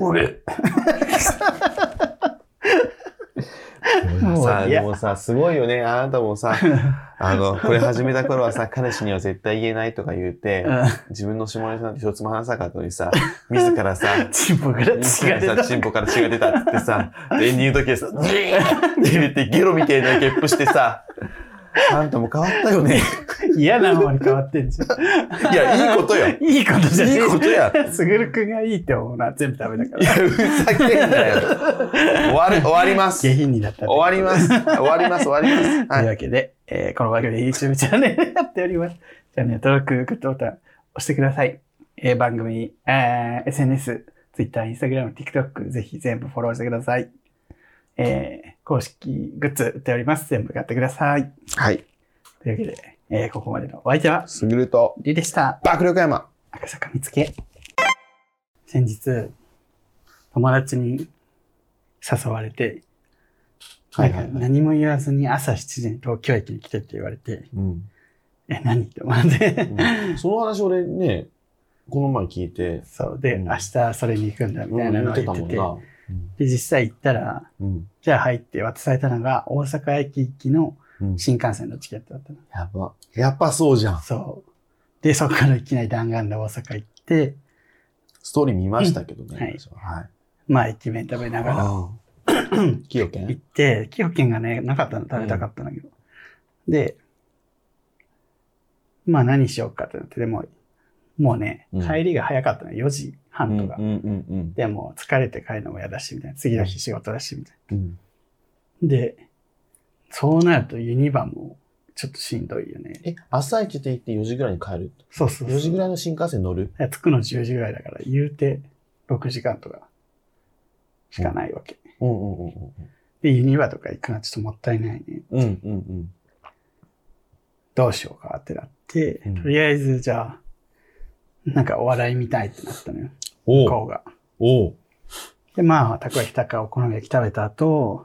でもさ、すごいよね。あなたもさ、これ始めた頃はさ、彼氏には絶対言えないとか言うて、自分の下ネタなんて一つも話さなかったのにさ、自らさ、 チンポから血が出た。 チンポから血が出たって言ってさ、エンディングの時でさ、ジーって入れてゲロみたいなゲップしてさ、あんたも変わったよね。 嫌な方に変わってんじゃん。 いや、いいことよ。 いいことじゃねえ。 いいことや。 すぐるくんがいいって思うのは全部ダメだから。 いや、ふざけんなよ。終わります。 下品になった。 終わります。はい。 というわけで、この番組で YouTube チャンネルやっております。チャンネル登録、グッドボタン押してください。番組、SNS、Twitter、Instagram、TikTok、ぜひ全部フォローしてください。公式グッズ売っております。全部買ってください。 はい。 というわけで、ここまでのお相手は、 すぐると、 りでした。 爆力山。 赤坂見つけ。先日、友達に誘われて、何も言わずに朝7時に東京駅に来てって言われて、何って思って、 その話俺ね、この前聞いて。 そう。で、明日それに行くんだみたいなのを言ってて、で、実際行ったら、じゃあ入って渡されたのが大阪駅行きの新幹線のチケットだったの。 やっぱそうじゃん。 そう。で、そこからいきなり弾丸で大阪行って、 ストーリー見ましたけどね。 はい。まあ、駅弁食べながら、 崎陽軒行って、崎陽軒がね、なかったの食べたかったんだけど。で、まあ何しようかってなって、でも、もうね、帰りが早かったの。4時半とか。でも疲れて帰るのも嫌だし、みたいな。次の日仕事だし、みたいな。で、そうなるとユニバもちょっとしんどいよね。 朝一で行って4時ぐらいに帰る？ そうそう。 4時ぐらいの新幹線乗る？ 着くの10時ぐらいだから、言うて6時間とかしかないわけ。で、ユニバとか行くのはちょっともったいないね。どうしようかってなって、とりあえずじゃあ、なんかお笑い見たいってなったのよ。向こうが。で、まあ、たこ焼きたかお好み焼き食べた後、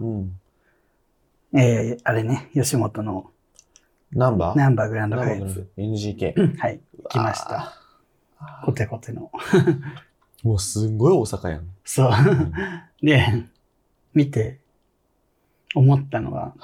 あれね、吉本のナンバーグランド花月。 NGK。 はい、行きました。コテコテの。 もうすんごい大阪やん。 そう。で、見て、思ったのは、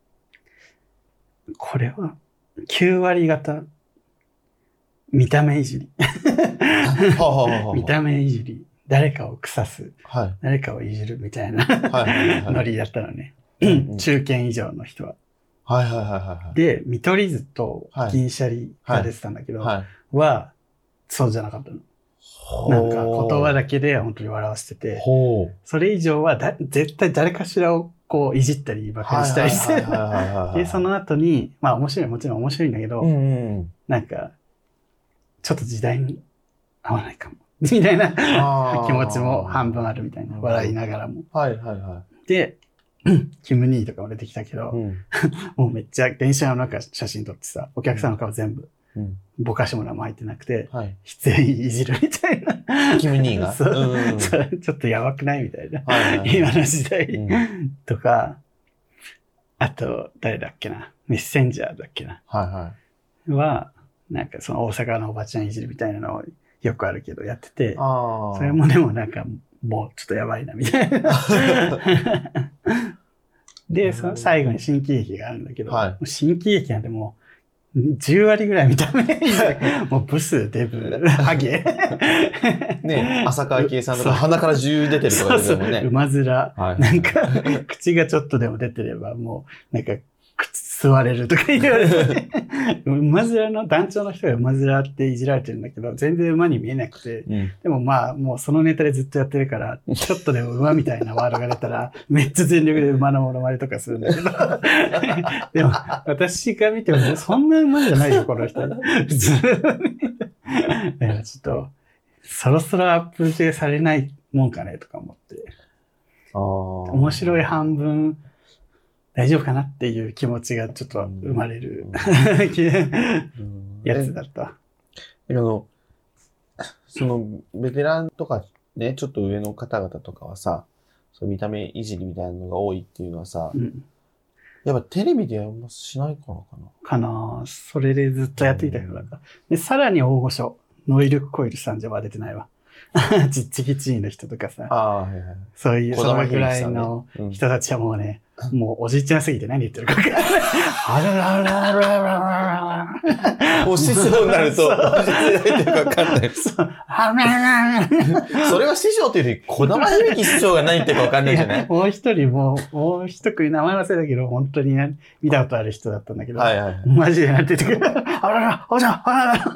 これは、9割方、見た目いじり。見た目いじり。誰かを腐す。誰かをいじるみたいなノリだったのね。中堅以上の人は。で、見取り図と銀シャリが出てたんだけど、そうじゃなかったの。なんか言葉だけで本当に笑わせてて、それ以上は絶対誰かしらをこういじったりばかりしたりして、で、その後に、まあもちろん面白いんだけど、なんか、ちょっと時代に合わないかも。みたいな気持ちも半分あるみたいな。笑いながらも。で、キム兄とかも出てきたけど、もうめっちゃ電車の中写真撮ってさ、お客さんの顔全部、ぼかしも何も入ってなくて、出演いじるみたいな。 キム兄がそう、ちょっとやばくないみたいな。今の時代とか、あと、誰だっけな、メッセンジャーだっけな。は、なんかその大阪のおばちゃんいじるみたいなのをよくあるけどやってて、それもでもなんかもうちょっとやばいなみたいな。で、その最後に新喜劇があるんだけど、新喜劇なんてもう 10割ぐらい見た目。もうブス、デブ、ハゲ。 ね、浅川圭さんとか鼻から10出てるとか出てるもんね。 馬面。なんか、口がちょっとでも出てれば、もう、なんか、吸われるとか言われて。馬面の団長の人が馬面っていじられてるんだけど、全然馬に見えなくて。でもまあ、もうそのネタでずっとやってるから、ちょっとでも馬みたいなワードが出たら、めっちゃ全力で馬のモノマネとかするんだけど。でも、私が見ても、そんな馬じゃないよ、この人。普通に。だからちょっと、そろそろアップデートされないもんかね、とか思って。面白い半分、大丈夫かなっていう気持ちがちょっと生まれる、やつだった。 そのベテランとかね、ちょっと上の方々とかはさ、その見た目いじりみたいなのが多いっていうのはさ、やっぱテレビであんましないからかな。それでずっとやっていたからか。で、さらに大御所、ノイルコイルさんじゃ出てないわ。ちっちぎちいの人とかさ、そういう、そのぐらいの人たちはもうね、もうおじいちゃんすぎて何言ってるか分かんない。あらららららら。 もう師匠になると、何言ってるか分かんない。それは師匠っていうより、児玉響師匠が何言ってるか分かんないじゃない？ もう一人、もう一組名前忘れたけど、本当に見たことある人だったんだけど、マジでなんて言ってくる。あらら、おじゃん、あらら。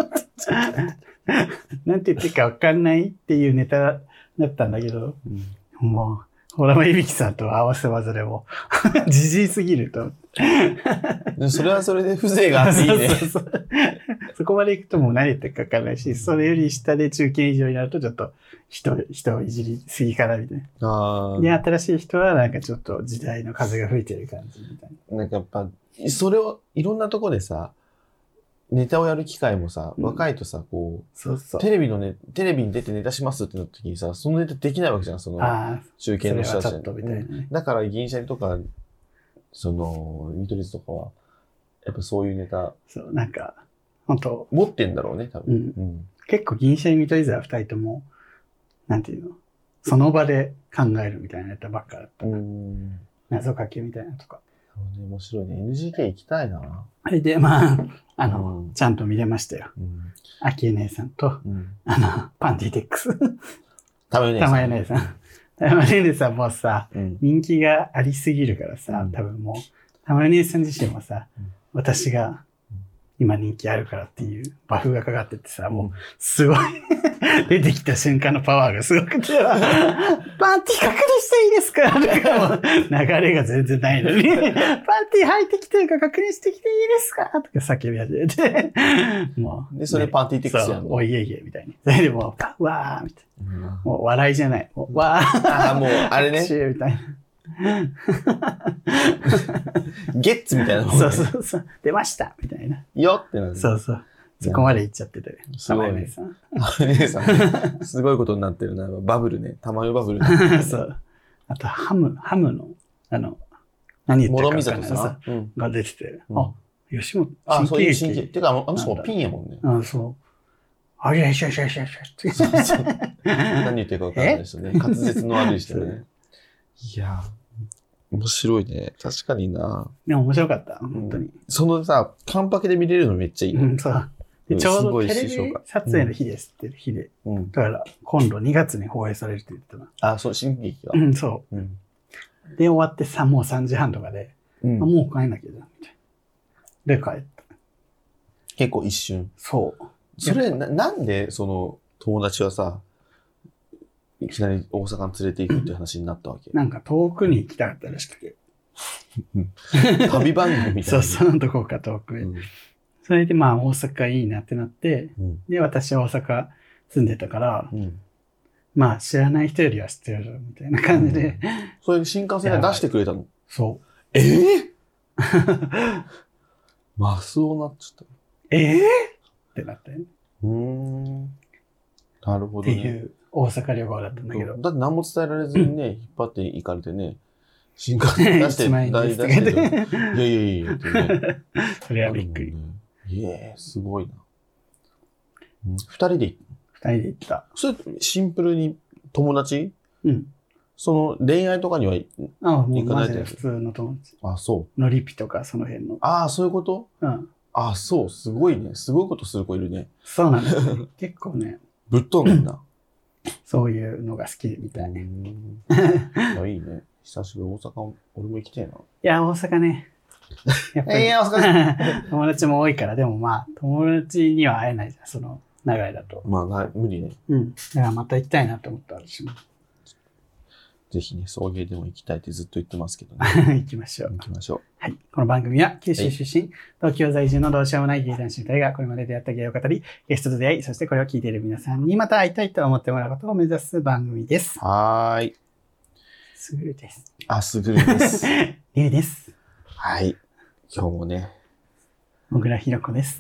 なんて言ってるか分かんないっていうネタだったんだけど、もう、児玉響さんと合わせ技でも、じじいすぎると。 それはそれで風情があっていいね。 そこまで行くともう何言ってるか分かんないし、それより下で中堅以上になるとちょっと人をいじりすぎかなみたいな。で、新しい人はなんかちょっと時代の風が吹いてる感じみたいな。 なんかやっぱ、それをいろんなとこでさ、ネタをやる機会もさ、若いとさ、こう、テレビに出てネタしますってなった時にさ、そのネタできないわけじゃん、その、中堅の人たち。だから銀シャリとか、その、見取り図とかは、やっぱそういうネタ。 そう、なんか、本当持ってんだろうね、多分。 結構銀シャリ見取り図は二人とも、なんていうの、その場で考えるみたいなネタばっかだった。謎かけみたいなとか。 面白いね。NGK 行きたいな。 あれで、まあ、ちゃんと見れましたよ。アキエ姉さんと、パンティテックス。 たまよ姉さん。 たまよ姉さん。たまよ姉さんもさ、人気がありすぎるからさ、多分もう、たまよ姉さん自身もさ、私が今人気あるからっていうバフがかかっててさ、もう、すごい出てきた瞬間のパワーがすごくて、パンティ確認していいですかとか、流れが全然ないのに、パンティ履いてきてるか確認してきていいですかとか叫び始めて、もう。で、それパンティティクスやんの。 おいえいえ、みたいに。それでもう、わーみたいな。もう笑いじゃない。もうわー。 もう、あれね。 みたいな。 ゲッツみたいな。 そう。出ましたみたいな。 よってなる。 そう。そこまで行っちゃってて。 すごい。姉さん。すごいことになってるな。バブルね。たまよバブル。 そう。あと、ハムの、何言ってるか分かんないさ、が出てて。吉本、 そういう新喜劇。てか、あの人もピンやもんね。 そう。あれ、しゃ。 何言ってるか分かんないですよね。滑舌の悪い人ね。いや、面白いね。確かにな。 でも面白かった。本当に。 そのさ、カンパケで見れるのめっちゃいいね。 そう。ちょうどテレビ撮影の日ですって日で。だから、今度2月に放映されるって言ってたな。 そう、新喜劇が。 そう。で、終わってさ、もう3時半とかで、もう帰んなきゃじゃん、みたいな。で、帰った。 結構一瞬。 そう。 それ、なんで、その、友達はさ、いきなり大阪に連れて行くって話になったわけ。 なんか遠くに行きたかったらしくて。 旅番組みたいな。 そう、どこか遠くへ。それでまあ大阪いいなってなって、で、私は大阪住んでたから、まあ知らない人よりは知ってるみたいな感じで。 それで新幹線で出してくれたの？ そう。 マスオなっちゃった。 ってなったよね。 なるほどね。 っていう大阪旅行だったんだけど。 だって何も伝えられずにね、引っ張っていかれてね、新幹線出して、出して、いやってね。 それはびっくり。 すごいな。二人で行った。 それ、シンプルに友達？その恋愛とかには行かないで。 普通の友達。 そう。 ノリピとかその辺の。 そういうこと？ あ、そう、すごいね。すごいことする子いるね。 そうなんですね。結構ね。 ぶっ飛んでんな。 そういうのが好きみたい。 いや、いいね。久しぶり大阪、俺も行きたいな。いや、大阪ね。やっぱり大阪友達も多いから、でもまあ、友達には会えないじゃん、その長いだと。 まあ、無理ね。 うん。だからまた行きたいなと思った私も。 ぜひね、送迎でも行きたいってずっと言ってますけどね。 行きましょう。 行きましょう。 はい。この番組は九州出身、東京在住のどうしようもない芸男子2人がこれまで出会った芸を語り、ゲストと出会い、そしてこれを聞いている皆さんにまた会いたいと思ってもらうことを目指す番組です。 はーい。 すぐるです。 あ、すぐるです。 りるです。 はい。今日もね。 小倉ひろ子です。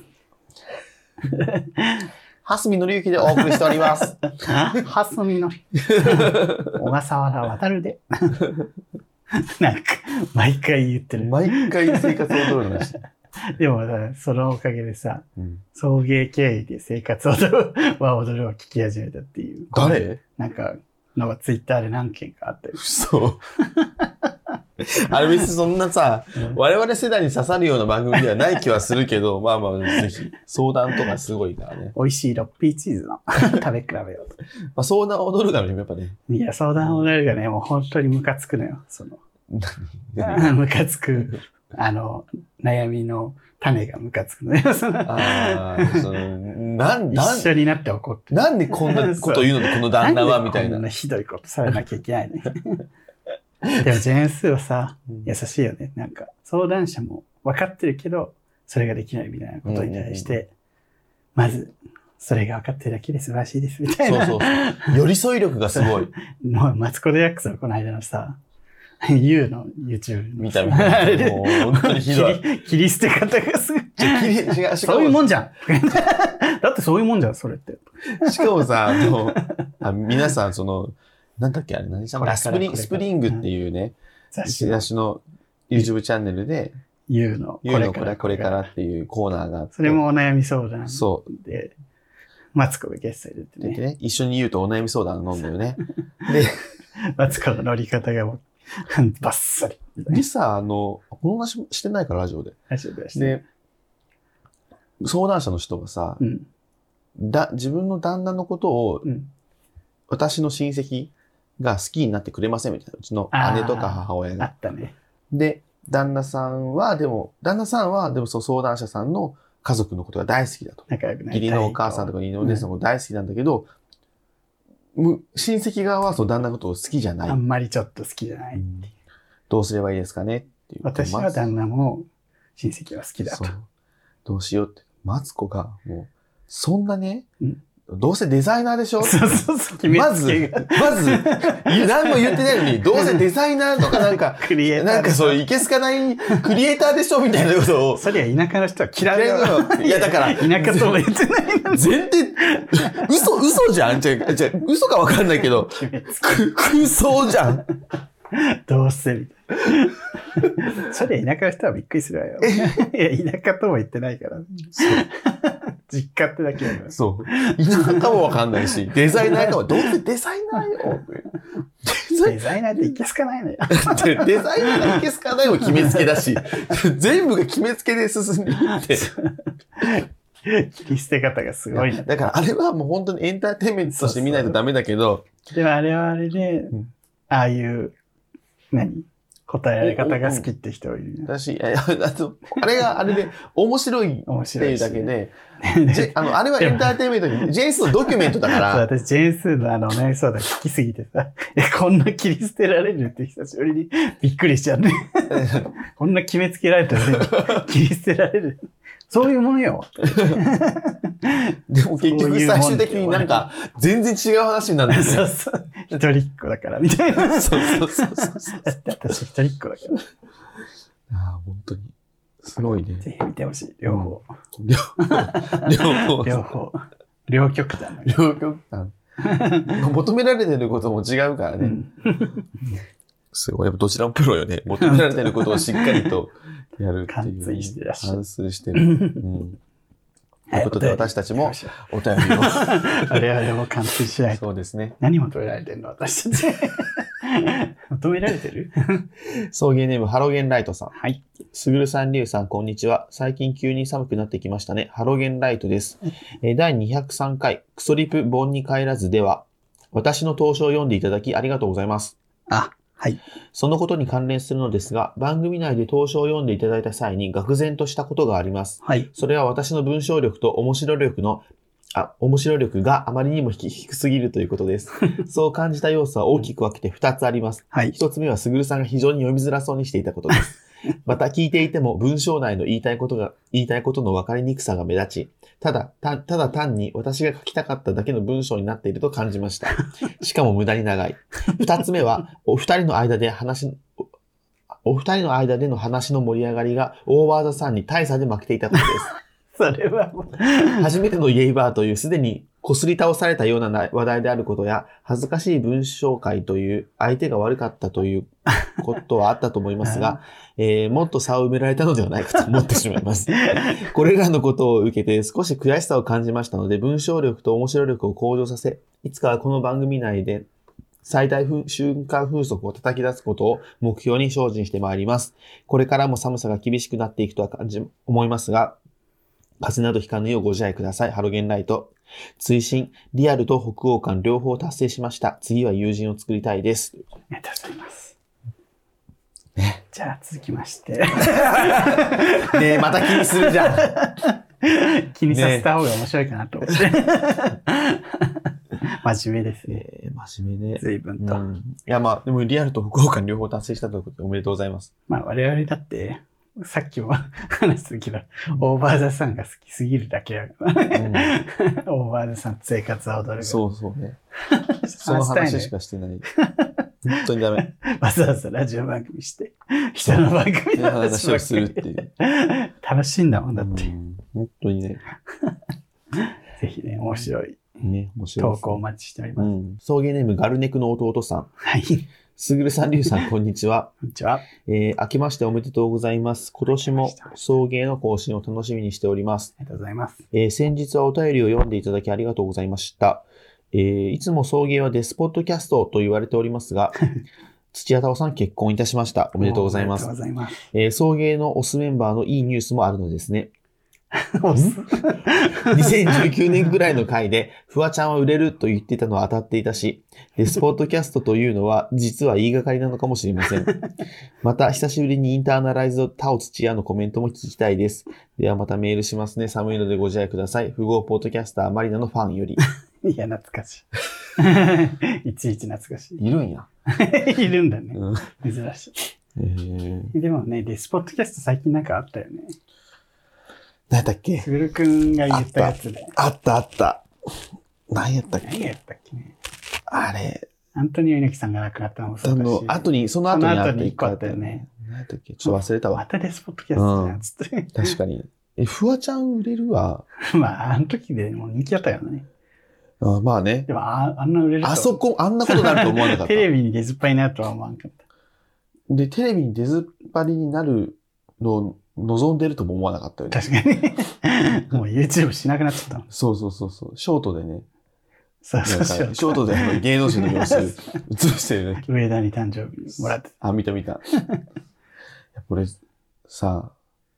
蓮見紀之でお送りしております。 蓮見の小笠原渡るで。なんか、毎回言ってる。 毎回生活を踊るのし。 でもさ、そのおかげでさ、送迎経緯で生活を踊るを聞き始めたっていう。 誰？ なんか、のがツイッターで何件かあったり。 嘘。あれ別にそんなさ、我々世代に刺さるような番組ではない気はするけど、まあまあ、ぜひ、相談とかすごいからね。 美味しい6ピーチーズの食べ比べようと。 まあ、相談踊るからね、やっぱね。 いや、相談踊るがね、もう本当にムカつくのよ。その、ムカつく、悩みの種がムカつくのよ。 ああ、 一緒になって怒って。 なんでこんなこと言うのこの旦那はみたいな。 こんなひどいことされなきゃいけないね。でもジェーンスーはさ、優しいよね。なんか、相談者も分かってるけど、それができないみたいなことに対して、まず、それが分かってるだけで素晴らしいです、みたいな。 そう。寄り添い力がすごい。 もう、マツコ・デラックスのこの間のさ、ユウの YouTube 見た。もう、本当にひどい。 切り捨て方がすごい。 そういうもんじゃん。だってそういうもんじゃん、それって。 しかもさ、皆さん、なんだっけあれ何さんスプリングっていうね、雑誌の YouTube チャンネルで、 ユウのこれからっていうコーナーがあって。 それもお悩み相談で、 そう。 マツコがゲストで出てね。 一緒にユウとお悩み相談を飲んだよね。で、 マツコの乗り方がもう、バッサリ。 でさ、この話してないから、ラジオで。で、相談者の人がさ、自分の旦那のことを、私の親戚が好きになってくれませんみたいな。うちの姉とか母親が。 あったね。 で、旦那さんはでもそう相談者さんの家族のことが大好きだと。義理のお母さんとか義理のお姉さんのこと大好きなんだけど、親戚側は旦那のことを好きじゃない。 あんまりちょっと好きじゃない。 どうすればいいですかねっていう。 私は旦那も親戚は好きだと。 どうしようって。マツコがもう、そんなね、どうせデザイナーでしょまず、何も言ってないのに、どうせデザイナーとかなんかそう、いけすかないクリエイターでしょみたいなことを。 そりゃ田舎の人は嫌いだよ。 いや、だから。 田舎とも言ってないの。 全然、嘘じゃん。嘘かわかんないけど、空想じゃん。 どうせみたいな。そりゃ田舎の人はびっくりするわよ。いや、田舎とも言ってないから。実家ってだけだから。 そう。田舎かもわかんないし、デザイナーかも、どうせデザイナーよ。 デザイナーっていけすかないのよ。 デザイナーがいけすかないも決めつけだし、全部が決めつけで進んでいって。 切り捨て方がすごいな。 だからあれはもう本当にエンターテインメントとして見ないとダメだけど。 でもあれはあれで、ああいう、答えられ方が好きって人いる、ね。 あれがあれで面白いっていうだけで、あれはエンターテインメントに、ジェーンスのドキュメントだから。 そう、私、ジェーンスのね、そうだ、聞きすぎてさ、こんな切り捨てられるって久しぶりにびっくりしちゃうね。こんな決めつけられたらね、切り捨てられる。そういうものよ。 でも結局最終的になんか全然違う話になるんですよ。 そう。一人っ子だからみたいな。そう。私一人っ子だから。 ああ、本当に。すごいね。 ぜひ見てほしい。両方。両極端。 両極端。求められてることも違うからね。すごい。やっぱどちらもプロよね。求められてることをしっかりとやるっていう。 貫通してらっしゃる。 貫通してる。ということで私たちもお便りを。 我々も貫通しないと。 そうですね。 何求められてるの私たち。 求められてる送迎ネーム、ハロゲンライトさん。 はい。 すぐるさん、りゅうさん、こんにちは。最近急に寒くなってきましたね。ハロゲンライトです。第203回、クソリプ本に帰らずでは、私の投書を読んでいただきありがとうございます。 あ、はい。 そのことに関連するのですが、番組内で投書を読んでいただいた際に愕然としたことがあります。 はい。 それは私の文章力と面白力があまりにも低すぎるということです。そう感じた要素は大きく分けて2つあります。 はい。 1つ目はすぐるさんが非常に読みづらそうにしていたことです。また聞いていても文章内の言いたいことの分かりにくさが目立ち、ただ単に私が書きたかっただけの文章になっていると感じました。しかも無駄に長い。2つ目は、お二人の間での話の盛り上がりがオーバーザさんに大差で負けていたことです。 それはもう初めてのイエイバーというすでに擦り倒されたような話題であることや、恥ずかしい文章会という相手が悪かったということはあったと思いますが、もっと差を埋められたのではないかと思ってしまいます。これらのことを受けて少し悔しさを感じましたので、文章力と面白力を向上させ、いつかはこの番組内で最大瞬間風速を叩き出すことを目標に精進してまいります。これからも寒さが厳しくなっていくとは思いますが、風邪などひかぬようご自愛ください。ハロゲンライト。追伸、リアルと北欧間両方達成しました。次は友人を作りたいです。 ありがとうございます。 ね、 じゃあ続きまして。 ねえ、また気にするじゃん。 気にさせた方が面白いかなと思って。真面目ですね。 真面目ね。 随分と。 いや、まあ、でもリアルと北欧間両方達成したということでおめでとうございます。 まあ我々だって、さっきも話したけど、オーバーザさんが好きすぎるだけやから、オーバーザさん生活は踊る。 そうそうね。その話しかしてない。本当にダメ。 わざわざラジオ番組して、人の番組の話をするっていう。 楽しいんだもんだって。 本当にね。 ぜひね、面白い。 ね、面白い、 投稿お待ちしております。 送迎ネームガルネクの弟さん。 はい。 すぐるさん、りゅうさん、こんにちは。 こんにちは。 明けましておめでとうございます。今年も送迎の更新を楽しみにしております。 ありがとうございます。 先日はお便りを読んでいただきありがとうございました。いつも送迎はデスポッドキャストと言われておりますが、土屋太鳳さん結婚いたしました。おめでとうございます。 ありがとうございます。 送迎のオスメンバーのいいニュースもあるのですね。2019年ぐらいの回で、フワちゃんは売れると言っていたのは当たっていたし、デスポッドキャストというのは実は言いがかりなのかもしれません。また久しぶりにインターナライズドタオ土屋のコメントも聞きたいです。ではまたメールしますね。寒いのでご自愛ください。富豪ポッドキャスターマリナのファンより。 いや、懐かしい。いちいち懐かしい。 いるんや。 いるんだね。珍しい。でもね、デスポッドキャスト最近なんかあったよね。 何だっけ？ すぐるくんが言ったやつで。 あった。何やったっけ？ 何やったっけね。 あれ。 アントニオ猪木さんが亡くなったのもそうだし。その後に1個あったよね。 何やったっけ？ちょっと忘れたわ。 またデスポッドキャストだつって。 確かに。フワちゃん売れるわ。 まあ、あの時でもう人気あったよね。 まあね。 でもあんな売れると。 あんなことになると思わなかった。 テレビに出ずっぱりになるとは思わなかった。 で、テレビに出ずっぱりになるのを望んでるとも思わなかったよね。 確かに。もう YouTube しなくなっちゃったの。 そう。ショートでね。 ショートで芸能人の様子映してるね。 上田に誕生日もらって。 あ、見た。これ、さ、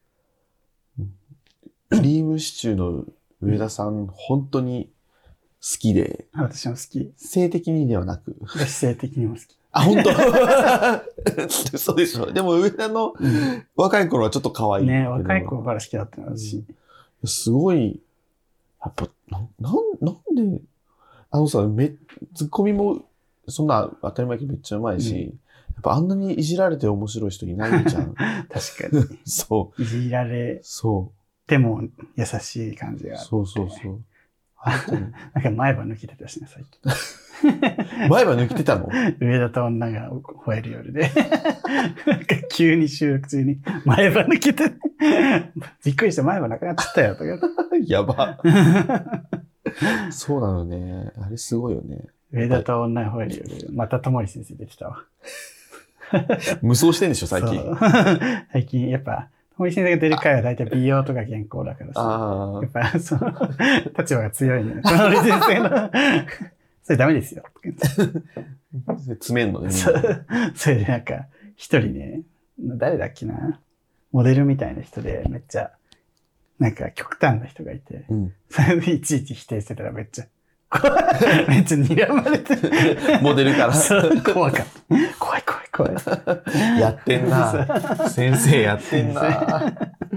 クリームシチューの上田さん、本当に好きで。 私も好き。 性的にではなく。 私性的にも好き。 あ、本当そうでしょ。でも上田の若い頃はちょっと可愛い。 ね、若い頃から好きだったの私。 すごい、やっぱ、なんで、ツッコミも、そんな当たり前にめっちゃうまいし、やっぱあんなにいじられて面白い人いないじゃん。 確かに。 そう。 いじられ。そう。でも、優しい感じがあって。 そう。 なんか前歯抜けてたしね、最近。 前歯抜けてたの？ 上田と女が吠える夜で。なんか急に収録中に前歯抜けて、びっくりして前歯なくなっちゃったよとか。 やば。そうなのね。あれすごいよね。 上田と女が吠える夜。また友利先生出てたわ。 無双してんでしょ、最近。 最近、やっぱ、友利先生が出る回は大体美容とか健康だからさ。やっぱ、その、立場が強いね。友利先生のそれダメですよ。 詰めんのね。 それでなんか、一人ね、誰だっけな、モデルみたいな人でめっちゃ、なんか極端な人がいて、それでいちいち否定してたらめっちゃ、めっちゃ睨まれて。 モデルから。 怖かった。怖い。 やってんな。先生やってんな。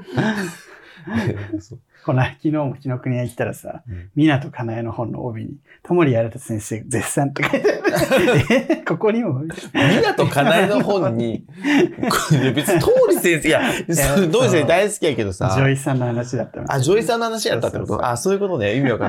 この昨日も紀ノ国屋行ったらさ、湊かなえの本の帯に、戸森新先生絶賛って書いてある。ここにも。 湊かなえの本に、別に戸森先生、いや、戸森先生大好きやけどさ。 ジョイさんの話だった。 あ、ジョイさんの話やったってことあ、そういうことね。意味わかった。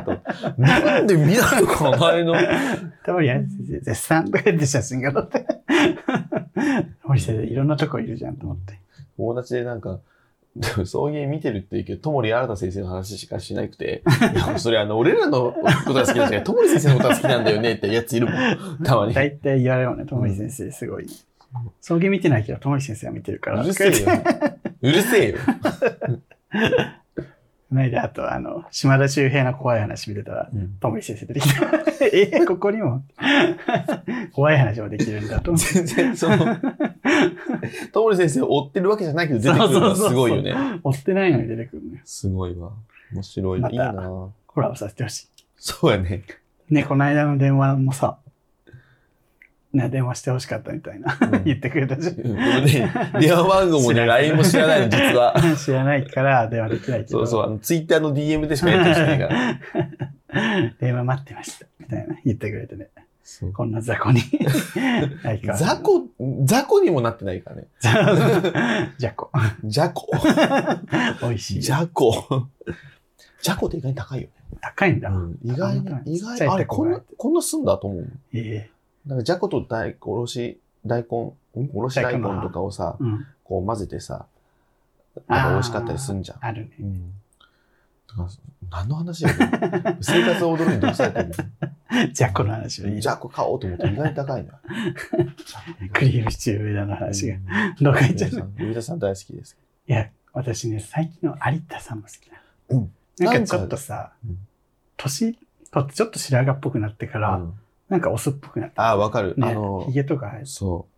なんで湊かなえの。 戸森新先生絶賛とか言って写真が載って。戸森先生いろんなとこいるじゃんと思って。 友達でなんか、でも送迎見てるって言うけど、戸森新先生の話しかしなくて、いや、それ俺らのことが好きなんですけど、戸森先生のことが好きなんだよねってやついるもん。たまに。 大体言われるもんね、戸森先生すごい。送迎見てないけど、戸森先生は見てるから。 うるせえよ。うるせえよ。 この間、あと、島田秀平の怖い話見てたら、戸森先生出てきた。ここにも、怖い話もできるんだと思って。 全然、戸森先生を追ってるわけじゃないけど出てくるのはすごいよね。 追ってないのに出てくるのよ。 すごいわ。面白い。いいなコラボさせてほしい。 そうやね。 ね、この間の電話もさ、ね、電話してほしかったみたいな、言ってくれたし。 電話番号もね、LINE も知らないの、実は。 知らないから電話できないけど。 そう、Twitter の DM でしかやってほしないから。 電話待ってました。みたいな言ってくれてね。こんな雑魚に。 雑魚にもなってないからね。 雑魚。 雑魚。 美味しい。 雑魚。雑魚って意外に高いよね。 高いんだ。 意外に、あれ、こんなすんだと思う。なんか、じゃことおろし大根とかをさ、こう混ぜてさ、なんか美味しかったりすんじゃん。 あるね。 何の話やね生活を踊るにどうされてるのじゃこの話はいい。 じゃこ買おうと思って意外に高いの。 クリームシチュー上田の話が。どうか言っちゃう。 上田さん大好きです。 いや、私ね、最近の有田さんも好きな。なんかちょっとさ、年取ってちょっと白髪っぽくなってから、なんかオスっぽくなって。 ああ、わかる。 髭とか。 そう。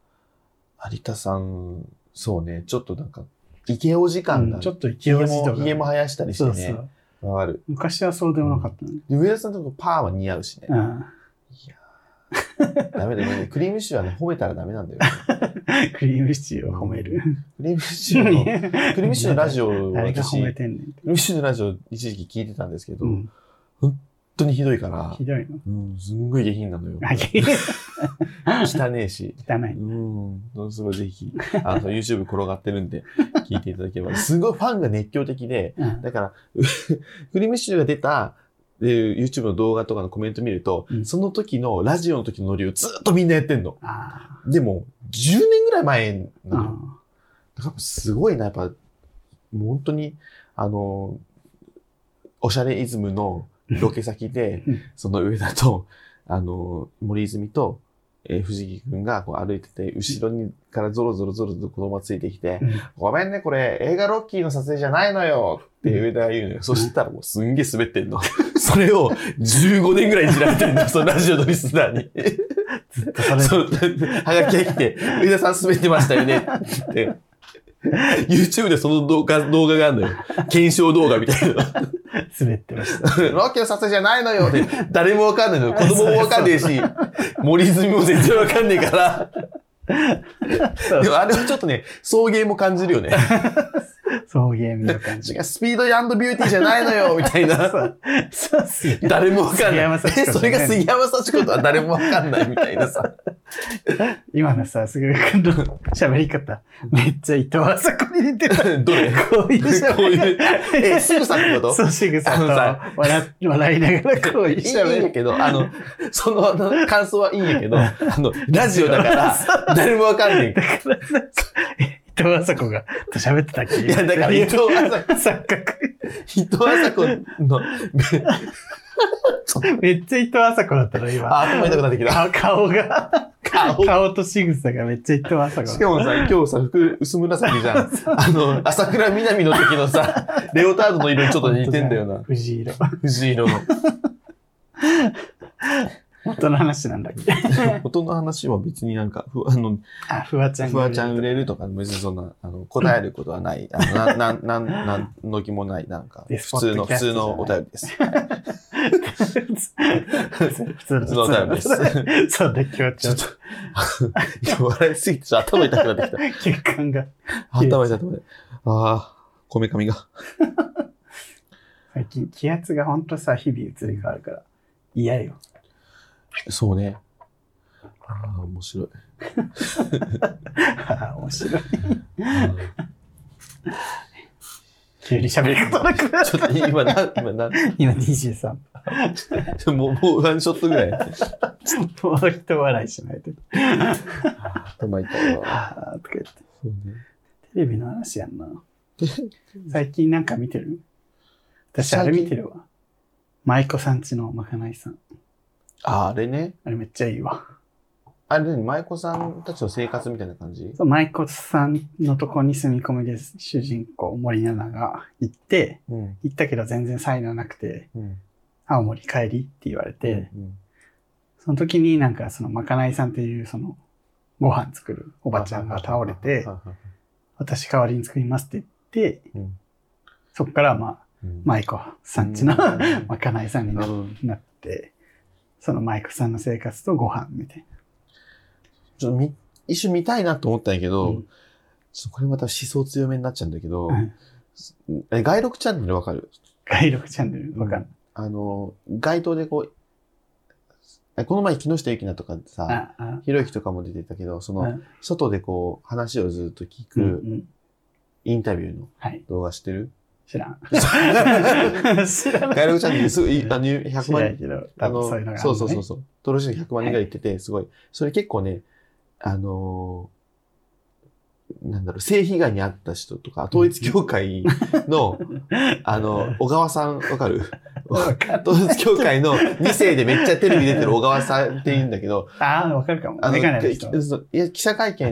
有田さん、そうね、ちょっとなんか、イケオジ感が。 ちょっとイケオジとか。 髭も生やしたりしてね。わかる。 昔はそうでもなかったの。 上田さんとかパーは似合うしね。いやダメだよね。クリームシチューはね、褒めたらダメなんだよ。 クリームシチューを褒める。 クリームシチューのラジオを私、クリームシチューのラジオ一時期聞いてたんですけど、本当にひどいから。 ひどいのすんごい下品なのよ。汚ねえし。 汚い。 すごいぜひ、YouTube 転がってるんで、聞いていただければ。すごいファンが熱狂的で、だから、クリームシチューが出た、YouTube の動画とかのコメント見ると、その時の、ラジオの時のノリをずっとみんなやってんの。でも、10年ぐらい前なのよ。だからすごいな、やっぱ、本当に、おしゃれイズムのロケ先で、その上だと、森泉と、藤木くんがこう歩いてて、後ろにからゾロゾロゾロと子供がついてきて、ごめんね、これ映画ロッキーの撮影じゃないのよって上田が言うのよ。そしたらもうすんげえ滑ってんの。それを15年ぐらいいじられてるの、そのラジオのリスナーに。ずっとそれ。はがきが来て、上田さん滑ってましたよねって。YouTube でその動画があるのよ。検証動画みたいな。 滑ってました。 ロッキーの撮影じゃないのよって、誰もわかんないのよ。子供もわかんねえし、森泉も全然わかんねえから。でもあれはちょっとね、送迎も感じるよね。 送迎みたいな感じ。 スピード&ビューティーじゃないのよみたいな。誰もわかんない。それが杉山幸子とは誰もわかんないみたいなさ。 今のさ、すぐくんの喋り方、めっちゃ伊藤麻子に似てた。 どれこういう喋り方。 仕草ってこと？ そう、仕草と笑いながらこういう喋り。 いいんやけど、その感想はいいんやけど、ラジオだから、誰もわかんない。だから伊藤麻子が喋ってたっけ？ いや、だから伊藤麻子。 錯覚。 伊藤麻子の、 めっちゃ伊藤麻子だったの、今。 頭痛くなってきた。 顔と仕草がめっちゃ伊藤麻子。 しかもさ、今日さ、服薄紫じゃん。朝倉みなみの時のさ、レオタードの色にちょっと似てんだよな。 藤色。 藤色の。 元の話なんだっけ。 元の話は別になんか、 フワちゃん売れるとか、別にそんな、答えることはない。なんの気もない、なんか、普通のお便りです。 普通のお便りです。そうだ、今日ちょっと。 笑いすぎて頭痛くなってきた。 血管が。 頭痛い。ああ、こめかみが。 最近気圧がほんとさ、日々移り変わるから嫌よ。 そうね。ああ、面白い。 面白い。急に喋り方なくなる。 ちょっと今 23。 もうワンショットぐらい。 もう一笑いしないと。 頭痛いわ。 とか言って。 そうね。 テレビの話やんな。最近なんか見てる？私あれ見てるわ。舞妓さんちのまかないさん。 あれね。 あれめっちゃいいわ。 あれね、舞妓さんたちの生活みたいな感じ？ そう、舞妓さんのとこに住み込みで主人公森七菜が行って、行ったけど全然才能なくて、青森帰りって言われて、その時になんかそのまかないさんっていうそのご飯作るおばちゃんが倒れて、私代わりに作りますって言って、そこから舞妓さんちのまかないさんになって、その舞妓さんの生活とご飯みたいな。 一瞬見たいなと思ったんやけど、これまた思想強めになっちゃうんだけど、外録チャンネルわかる？ 外録チャンネルわかる。 街頭でこの前木下ゆきなとかさ、ひろゆきとかも出てたけど、外でこう話をずっと聞くインタビューの動画知ってる？ 知らん。 知らない。外録チャンネルすごい、100万人。 そう。登録者100万人が言ってて、すごい。それ結構ね、性被害に遭った人とか、統一教会の、小川さん、わかる？統一教会の2世でめっちゃテレビ出てる小川さんって言うんだけど。 わかるかも。メガネの人。 いや、記者会見。 違った。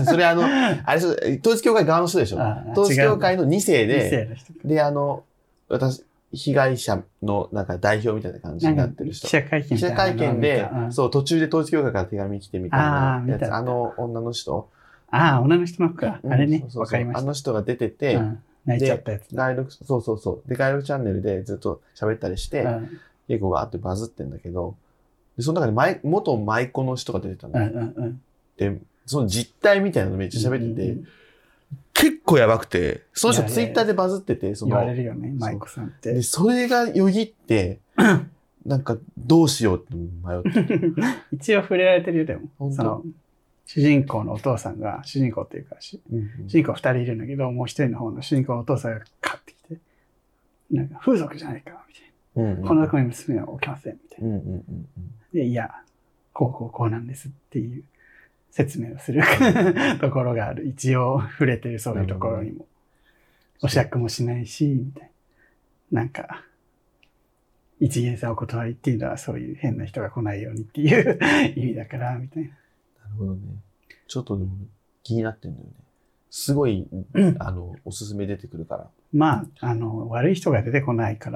それあれ、統一教会側の人でしょ？統一教会の2世で、で、被害者のなんか代表みたいな感じになってる人。 記者会見で、そう、途中で統一教会から手紙来てみたいなやつ。女の人。 女の人のか。あれね。わかりました。 あの人が出てて、 泣いちゃったやつ。 そう。で、外録チャンネルでずっと喋ったりして、結構わーってバズってんだけど、で、その中に元舞妓の人が出てたの。で、その実態みたいなのめっちゃ喋ってて、結構やばくて、その人ツイッターでバズってて、 言われるよね、舞妓さんって。 で、それがよぎって、なんかどうしようって迷って。 一応触れられてるよ、でも。主人公のお父さんが、主人公っていうか、主人公2人いるんだけど、もう1人の方の主人公のお父さんが買ってきて、なんか風俗じゃないか、みたいな。この中に娘は置きません、みたいな。で、いや、こうなんですっていう説明をするところがある。一応触れてるそういうところにも。お酌もしないし、みたいな。なんか、一元さお断りっていうのはそういう変な人が来ないようにっていう意味だから、みたいな。 なるほどね。ちょっとでも気になってんだよね。すごい、おすすめ出てくるから。 悪い人が出てこないから、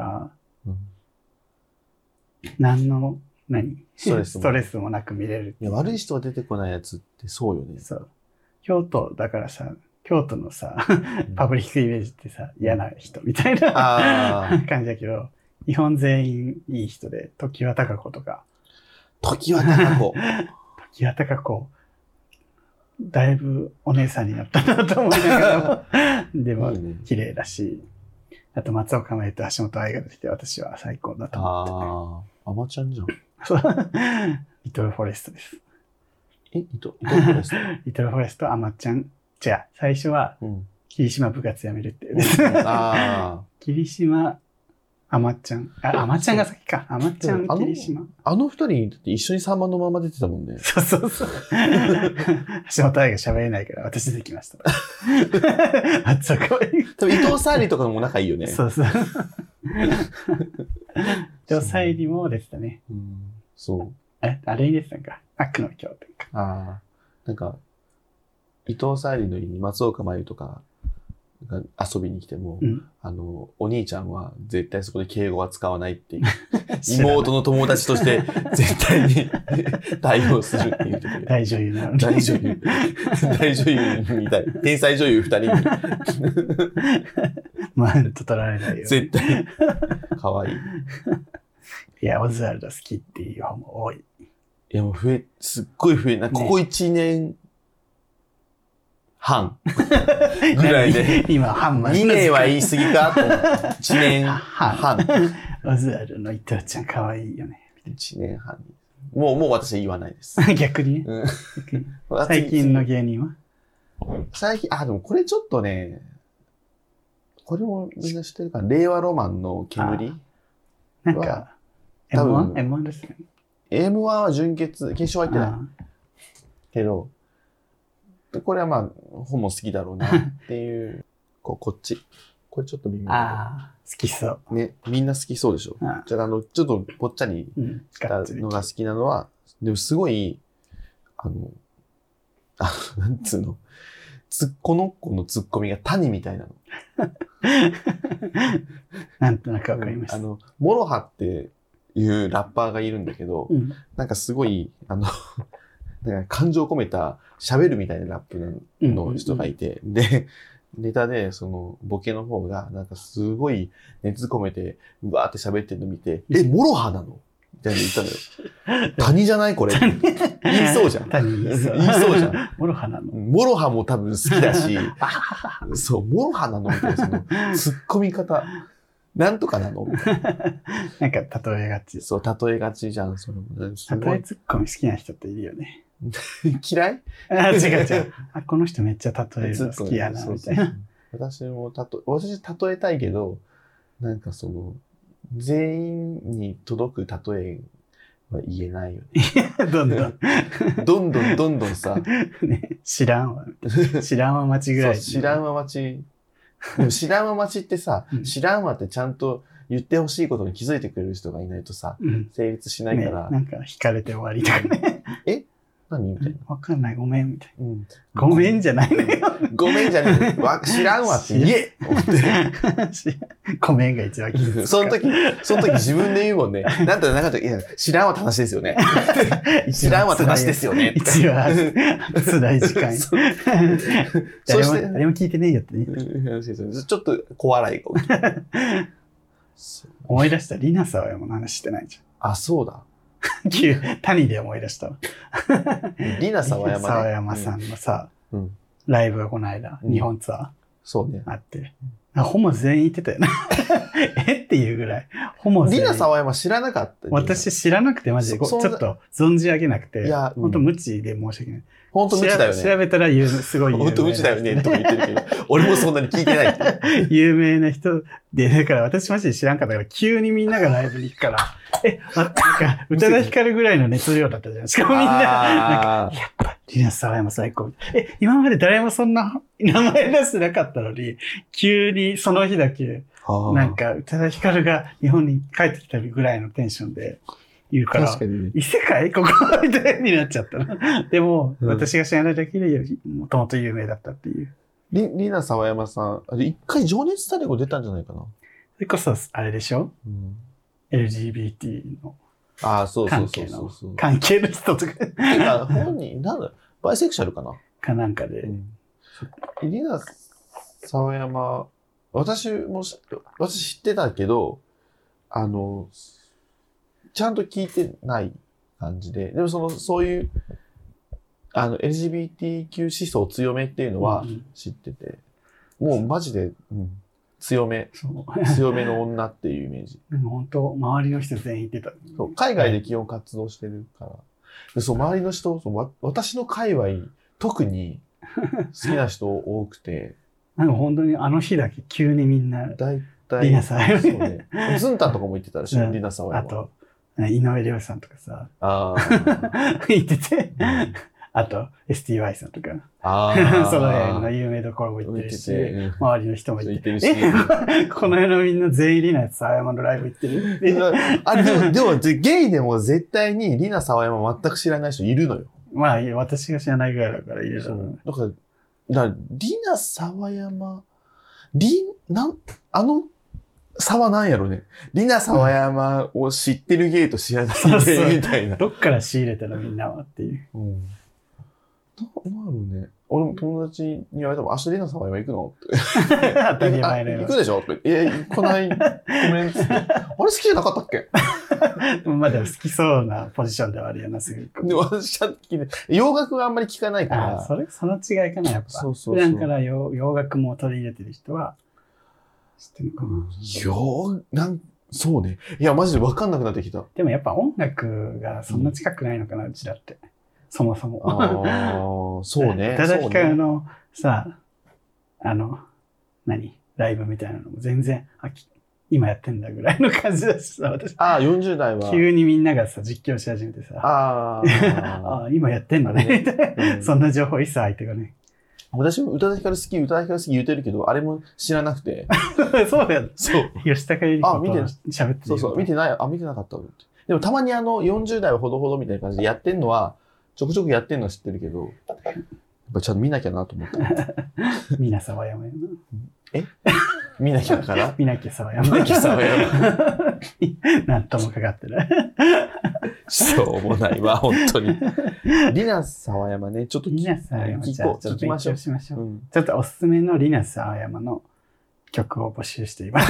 何の、ストレスもなく見れる。 いや、悪い人が出てこないやつってそうよね。 そう。京都だからさ、京都のさ、パブリックイメージってさ、嫌な人みたいな感じだけど、日本全員いい人で、常盤貴子とか。 常盤貴子。 常盤貴子、だいぶお姉さんになったなと思いながらも、でも綺麗だし、あと松岡茉優と橋本愛が出てきて私は最高だと思って。 あまちゃんじゃん。 リトルフォレストです。 リトルフォレストリトルフォレスト、あまちゃん。違う、最初は、霧島部活やめるっていう。霧島、あまちゃん。あまちゃんが先か。あまちゃん、霧島。 二人って一緒にサンマのまま出てたもんね。 そう。橋本愛が喋れないから私出てきました。 多分伊藤沙莉とかも仲いいよね。 そう。伊藤沙莉も出てたね。 そう。 あれに出てたんか。悪の経典か。 なんか、伊藤沙莉の家に松岡茉優とかが遊びに来ても、 うん、 お兄ちゃんは絶対そこで敬語は使わないっていう。妹の友達として絶対に対応するっていう。 大女優なの。 大女優。大女優みたい。天才女優2人に。 マウント取られないよ。 絶対。かわいい。 いや、オズワルド好きっていう方も多い。 いや、もうすっごい増え、ここ1年半ぐらいで。 今、半まで。 2年は言い過ぎか1年半。 オズワルドの伊藤ちゃん可愛いよね。 1年半。もう私は言わないです。 逆にね。最近の芸人は最近、でもこれちょっとね、これもみんな知ってるかな。令和ロマンの煙なんか、M1 ですね。 M1 は決勝は入ってない。けど、これはまあ、本も好きだろうなっていう、こっち。これちょっと微妙好きそう。 ね、みんな好きそうでしょ。じゃあ、ちょっとぽっちゃりしたのが好きなのは、でもすごい、なんつうの、この子のツッコミが谷みたいなの。 なんとなくわかりました。 モロハっていうラッパーがいるんだけど、なんかすごい、なんか感情込めた喋るみたいなラップの人がいて、で、ネタで、ボケの方が、なんかすごい熱込めて、うわーって喋ってるの見て、モロハなのみたいな言ったのよ。谷じゃないこれ。言いそうじゃん。 谷言いそうじゃん。モロハなの。 モロハも多分好きだし、そう、モロハなのみたいな、突っ込み方。なんとかなのみたいな。 なんか例えがち。 そう、例えがちじゃん、それも。 例え突っ込み好きな人っているよね。 嫌い？ 違う。この人めっちゃ例えるの好きやな、みたいな。 私例えたいけど、なんか全員に届く例えは言えないよね。 どんどんさ。知らんわ待ちぐらい。 知らんわ待ち。でも知らんわ待ちってさ、知らんわってちゃんと言ってほしいことに気づいてくれる人がいないとさ、成立しないから。 なんか惹かれて終わりとかね。 何みたいな。 わかんない、ごめん、みたいな。ごめんじゃないのよ。 ごめんじゃないのよ。知らんわって言えごめんが一番気づく。 その時自分で言うもんね。なんとなかったいや、知らんわって話ですよね。知らんわって話ですよね。 一番辛い時間。誰も聞いてねえよってね。 ちょっと小笑いが起きる。 思い出した、リナサワヤマの話してないじゃん。そうだ。 谷で思い出したわ。 リナサワヤマね。 サワヤマさんのさ、ライブがこの間、日本ツアー。 そうね。 あって。ホモ全員言ってたよね。っていうぐらい。ホモ全員。 リナサワヤマ知らなかった。 私知らなくてマジで、ちょっと存じ上げなくて。いや、本当無知で申し訳ない。 本当無知だよね。 調べたらすごい有名。 本当無知だよね、とか言ってるけど、俺もそんなに聞いてないって。 有名な人で、だから私マジで知らんかったから、急にみんながライブに行くから、なんか、宇多田ヒカルぐらいの熱量だったじゃん。しかもみんな、なんか、やっぱ、リナサワヤマ最高。今まで誰もそんな名前出してなかったのに、急にその日だけ、なんか、宇多田ヒカルが日本に帰ってきたぐらいのテンションで言うから、異世界ここみたいになっちゃったの。でも、私が知らないだけで、もともと有名だったっていう。 リナサワヤマさん、一回情熱タレコ出たんじゃないかな。 それこそ、あれでしょLGBT の関係の人とか。 本人、バイセクシャルかなかなんかで。 リナサワヤマ、私知ってたけど、ちゃんと聞いてない感じで、でもそういう、LGBTQ 思想強めっていうのは知ってて、もうマジで、強めの女っていうイメージ。 でも本当、周りの人全員言ってた。 そう海外で基本活動してるから。で周りの人、私の界隈、特に好きな人多くて。 なんか本当にあの日だけ急にみんな、 大体、 リナサワヤマ。 そうね。ズンタンとかも言ってたらしい、リナサワヤマ。 あと、井上涼さんとかさ、言ってて。あと、STY さんとか。その辺の有名どころも行ってるし、周りの人も行ってるし。この辺のみんな全員リナサワヤマのライブ行ってるでも、ゲイでも絶対にリナサワヤマ全く知らない人いるのよ。 まあ、私が知らないぐらいだからいるだろう。 だからリナサワヤマ、 あの差は何やろね。リナ沢山を知ってるゲーと知らないゲーみたいな。 どっから仕入れたのみんなはっていう。 うん。なんだろうね。俺も友達に言われたもん、明日リナ沢山行くのって。 当たり前のよ。 行くでしょって。来ない、ごめんっつって。あれ好きじゃなかったっけまあでも好きそうなポジションではあるよな、すぐ。 で、私は聞いて、洋楽があんまり聞かないから。 その違いかな、やっぱ。そうそうそう。普段から洋楽も取り入れてる人は、知ってるかな。そうね。いや、マジで分かんなくなってきた。でもやっぱ音楽がそんな近くないのかな、うちらって。そもそも。 ああ、そうね。 宇多田ヒカルのさ、ライブみたいなのも全然、今やってんだぐらいの感じだしさ、私。 40代は。 急にみんながさ、実況し始めてさ。今やってんのね、みたいな。そんな情報一切入ってこない。 私も宇多田ヒカル好き言うてるけど、あれも知らなくて。 そうだよ。そう。吉高由里子と喋ってる。 そう、見てなかったの。でもたまに40代はほどほどみたいな感じでやってんのは、ちょくちょくやってんのは知ってるけど、やっぱちゃんと見なきゃなと思った。 みなさわやまやな。見なきゃだから見なきゃさわやま。 見なきゃさわやま。 なんともかかってない。 しょうもないわ、本当に。リナ沢山ね、ちょっとリナ沢山聞きましょう。 ちょっとおすすめのリナ沢山の曲を募集しています。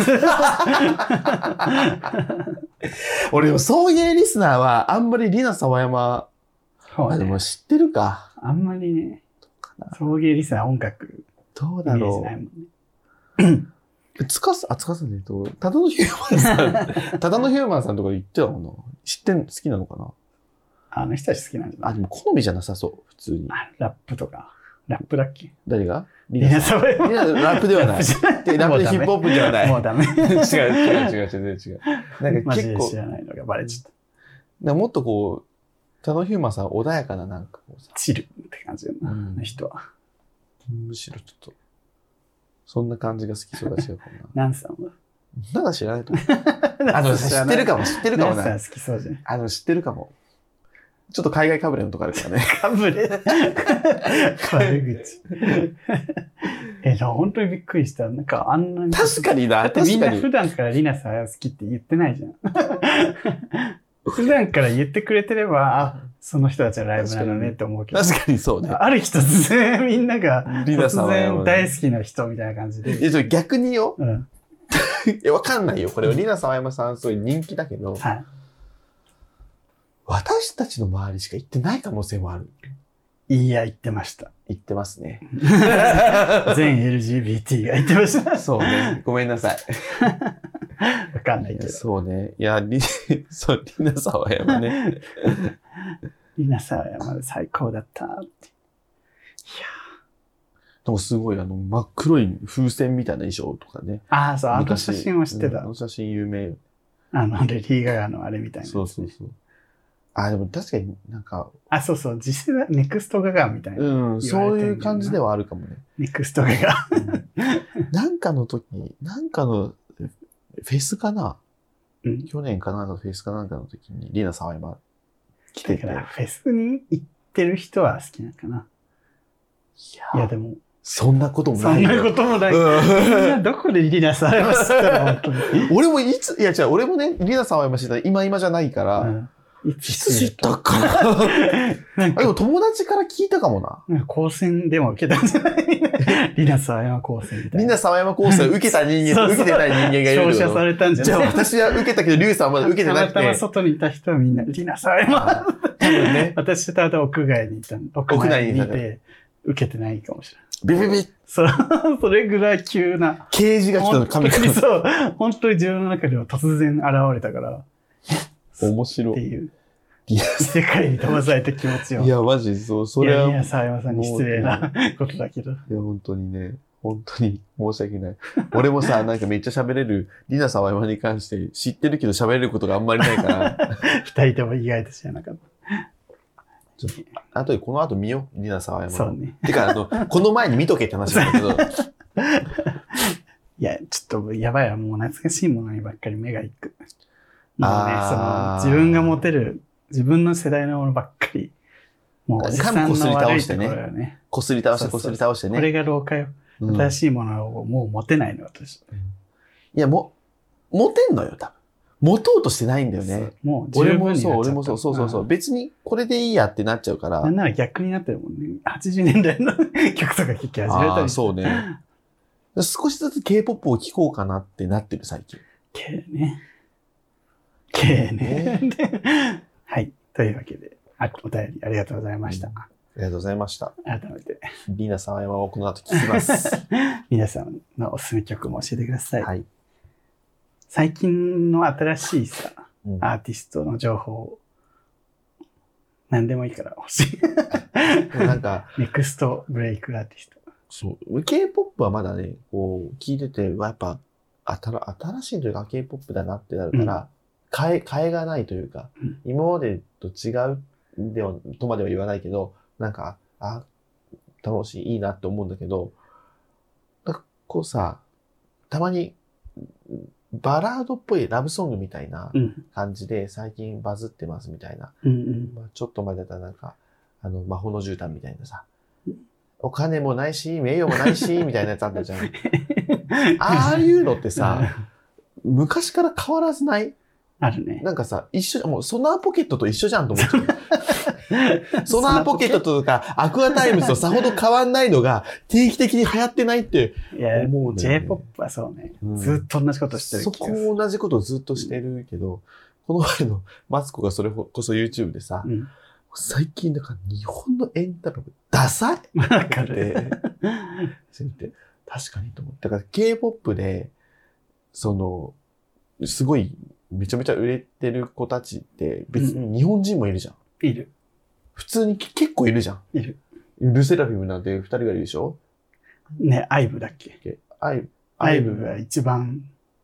俺も送迎リスナーはあんまりリナ沢山、でも知ってるか。 あんまりね、送迎リスナー音楽、 どうだろう。イメージないもんね。つかさんで言うと、ただのヒューマンさんとか言ってたもんな。好きなのかな。 あの人たち好きなんじゃない？ でも好みじゃなさそう、普通に。 ラップとか。ラップだっけ？ 誰が？ リナ沢山。 ラップではない。ラップでヒップホップではない。 もうダメ。違う、 全然違う。 なんか結構知らないのがバレちゃった。 もっとこう、タノヒューマンさん穏やかななんかこうさ。 チルって感じよな、あの人は。 むしろちょっと、そんな感じが好きそうだしよかな。 ナンさんはなんか知らないと思う。知ってるかもな。 ナンさん好きそうじゃん。 知ってるかも。ちょっと海外かぶれのとかあるからね。 かぶれ悪口。本当にびっくりした。なんかあんなに。 確かにな。 だってみんな普段からリナさん好きって言ってないじゃん。普段から言ってくれてれば、その人たちのライブなのねって思うけど。 確かにそうね。 ある日突然みんなが突然大好きな人みたいな感じで。 逆によ。わかんないよ。これリナ沢山さんすごい人気だけど。はい。私たちの周りしか行ってない可能性もある。 いや、言ってました。 言ってますね。 全 LGBT が言ってました。 そうね。ごめんなさい。 わかんないけど。 そうね。いや、リナ沢山ね。 リナ沢山で最高だったって。いやでもすごい真っ黒い風船みたいな衣装とかね。 そう、あの写真を知ってた。 あの写真有名。 レディー・ガガのあれみたいな。 そう。でも確かになんか。 そう、実際はネクストガガみたいな。 そういう感じではあるかもね。 ネクストガガ。 なんかのフェスかな、去年かなんかのフェスかなんかの時にリナ沢山来てて。 だからフェスに行ってる人は好きなのかな。いやでも。 そんなこともない。 そんなこともない。みんなどこでリナ沢山知ったら本当に。 俺も俺もね、リナ沢山知ったら今じゃないから、いつ知ったかな。でも友達から聞いたかもな。 高専でも受けたんじゃないリナ沢山高専みたいな。 リナ沢山高専受けた人間と受けてない人間がいる。 照射されたんじゃない？ じゃあ私は受けたけど、リュウさんはまだ受けてなくて。 たまたま外にいた人はみんな、リナ沢山。多分ね。私ただ屋外にいた屋内にいて、受けてないかもしれない。 ビビビそれぐらい急な。 刑事が来たの神々。 そう。本当に自分の中では突然現れたから。 面白い。 っていう。世界に飛ばされた気持ちを。 いや、マジ、それは。 いや、沢山さんに失礼なことだけど。いや、本当にね、本当に申し訳ない。俺もさ、なんかめっちゃ喋れる、リナ沢山に関して知ってるけど喋れることがあんまりないから。 二人とも意外と知らなかった。 ちょっと、この後見よう、リナ沢山。 そうね。 てか、この前に見とけって話なんだけど。 いや、ちょっとやばいわ、もう懐かしいものにばっかり目がいく。もうね、自分が持てる、自分の世代のものばっかり。もうおじさんの悪いところよね。 こすり倒してね。 これが老化よ。 新しいものをもう持てないの、私。 いや、持てんのよ、多分。持とうとしてないんだよね。 もう十分になっちゃった。 俺もそう。そう。別にこれでいいやってなっちゃうから。 なんなら逆になってるもんね。80年代の曲とか聴き始めたり。 そうね。少しずつ K-POP を聴こうかなってなってる、最近。 K ね。はい。というわけで、お便りありがとうございました。 ありがとうございました。 改めて。 リナ沢山をこの後聞きます。 皆さんのおすすめ曲も教えてください。 はい。 最近の新しいさ、アーティストの情報、何でもいいから欲しい。 なんか、 ネクストブレイクアーティスト。 そう。K-POP はまだね、こう、聞いてて、やっぱ、新しいというか K-POP だなってなるから、替えがないというか、今までと違うとまでは言わないけど、なんか、楽しい、いいなって思うんだけど、なんかこうさ、たまに、バラードっぽいラブソングみたいな感じで最近バズってますみたいな。ちょっと前だったらなんか、魔法の絨毯みたいなさ、お金もないし、名誉もないし、みたいなやつあったじゃん。ああいうのってさ、昔から変わらずない？ あるね。 なんかさ、もうソナーポケットと一緒じゃんと思っちゃう。ソナーポケットとかアクアタイムズとさほど変わんないのが定期的に流行ってないって思うね。 J-POP はそうね。ずっと同じことしてる気がする。 そこ同じことをずっとしてるけど、この前のマツコがそれこそ YouTube でさ、最近だから日本のエンタメダサいわかる。 確かにと思って。だから K-POP で、すごいめちゃめちゃ売れてる子たちって別に日本人もいるじゃん。 いる。 普通に結構いるじゃん。 いる。 ルセラフィムなんて2人がいるでしょ？ ね、アイブだっけ？アイブが一番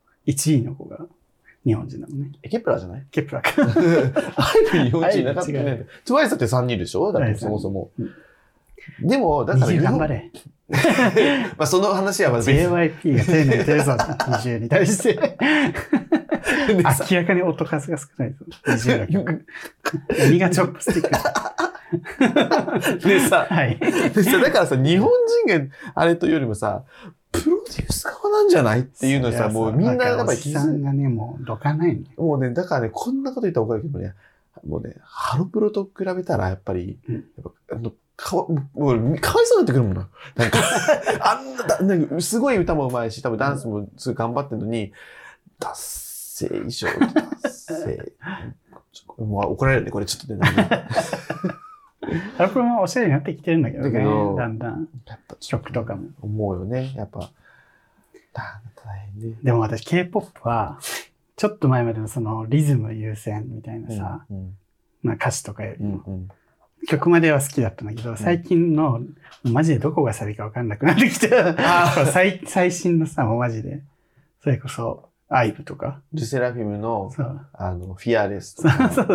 1位の子が日本人なのね。 ケプラーじゃない？ ケプラーか。 アイブ日本人なかったね。トゥワイスって3人でしょ？だってそもそも。でも、だから。 頑張れ。 まあその話はまず JYP が丁寧に出るぞ、20に対して。明らかに音数が少ないぞ。20が。何がチョップスティックでさ、 はい。 でさ、だからさ、日本人があれというよりもさ、プロデュース側なんじゃないっていうのさ、もうみんなやっぱり気づいて。さんがね、もうどかないね。 もうね、だからね、こんなこと言ったら怒るけどね、もうね、ハロプロと比べたらやっぱり、もう、かわいそうになってくるもんな。なんか、なんかすごい歌も上手いし、多分ダンスもすごい頑張ってるのに、達成衣装、達成。もう怒られるね、これちょっとね。 ハロプロもおしゃれになってきてるんだけどね。だんだん。曲とかも。 思うよね、やっぱ。大変ね。 でも私 K-POP は、ちょっと前までのそのリズム優先みたいなさ、まあ歌詞とかよりも、曲までは好きだったんだけど、最近の、マジでどこがサビかわかんなくなってきた。最新のさ、もうマジで、それこそ、アイブとか。 ルセラフィムの、フィアレスとか。 そう。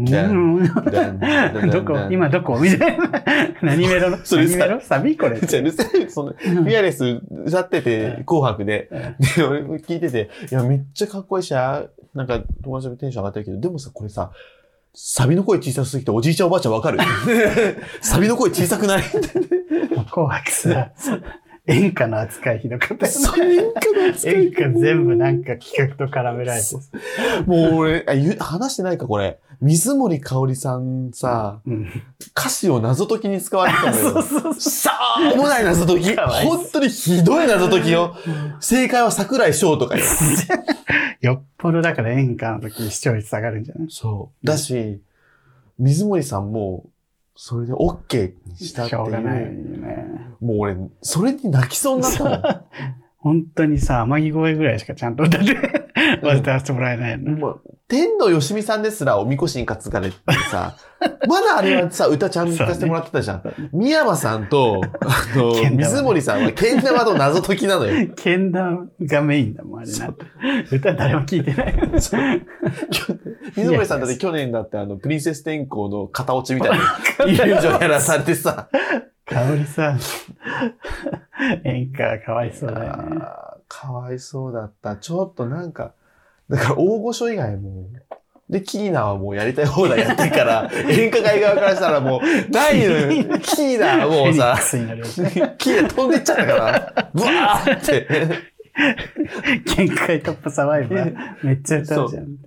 今どこみたいな。何メロの何メロサビこれ。 じゃルセラフィム、フィアレス歌ってて、紅白で。で、俺聞いてて、いや、めっちゃかっこいいし、なんか友達もテンション上がってるけど、でもさ、これさ、サビの声小さすぎておじいちゃんおばあちゃんわかる？サビの声小さくない？ 紅白さ、演歌の扱いひどかったよね。 そう、演歌の扱い。 演歌全部なんか企画と絡められて。 もう俺、話してないかこれ。水森かおりさんさ、歌詞を謎解きに使われてたのよ。しゃーもない謎解き。本当にひどい謎解きよ。正解は桜井翔とかよ。 よっぽどだから演歌の時視聴率下がるんじゃない？ そう。だし、水森さんも、それで OK にしたっていう。 しょうがないよね。 もう俺、それに泣きそうになったもん。 本当にさ、天城越えぐらいしかちゃんと歌って歌わせてもらえないの。 もう天童よしみさんですらおみこしに担がれてさ、まだあれはさ、歌ちゃんと聴かせてもらってたじゃん。三山さんと、水森さんはけん玉と謎解きなのよ。 けん玉がメインだもん、あれな。歌誰も聴いてない。 水森さんだって去年だってプリンセス天功の片落ちみたいなイリュージョンやらされてさ。 かおりさん、演歌かわいそうだよね。 かわいそうだった。ちょっとなんか、だから大御所以外も、 で、キーナはもうやりたい放題やってるから、演歌界側からしたらもう、ないのよ。キーナはもうさ、キーナ飛んでっちゃったから、ブワーって。 限界突破サバイバー、めっちゃ歌うじゃん。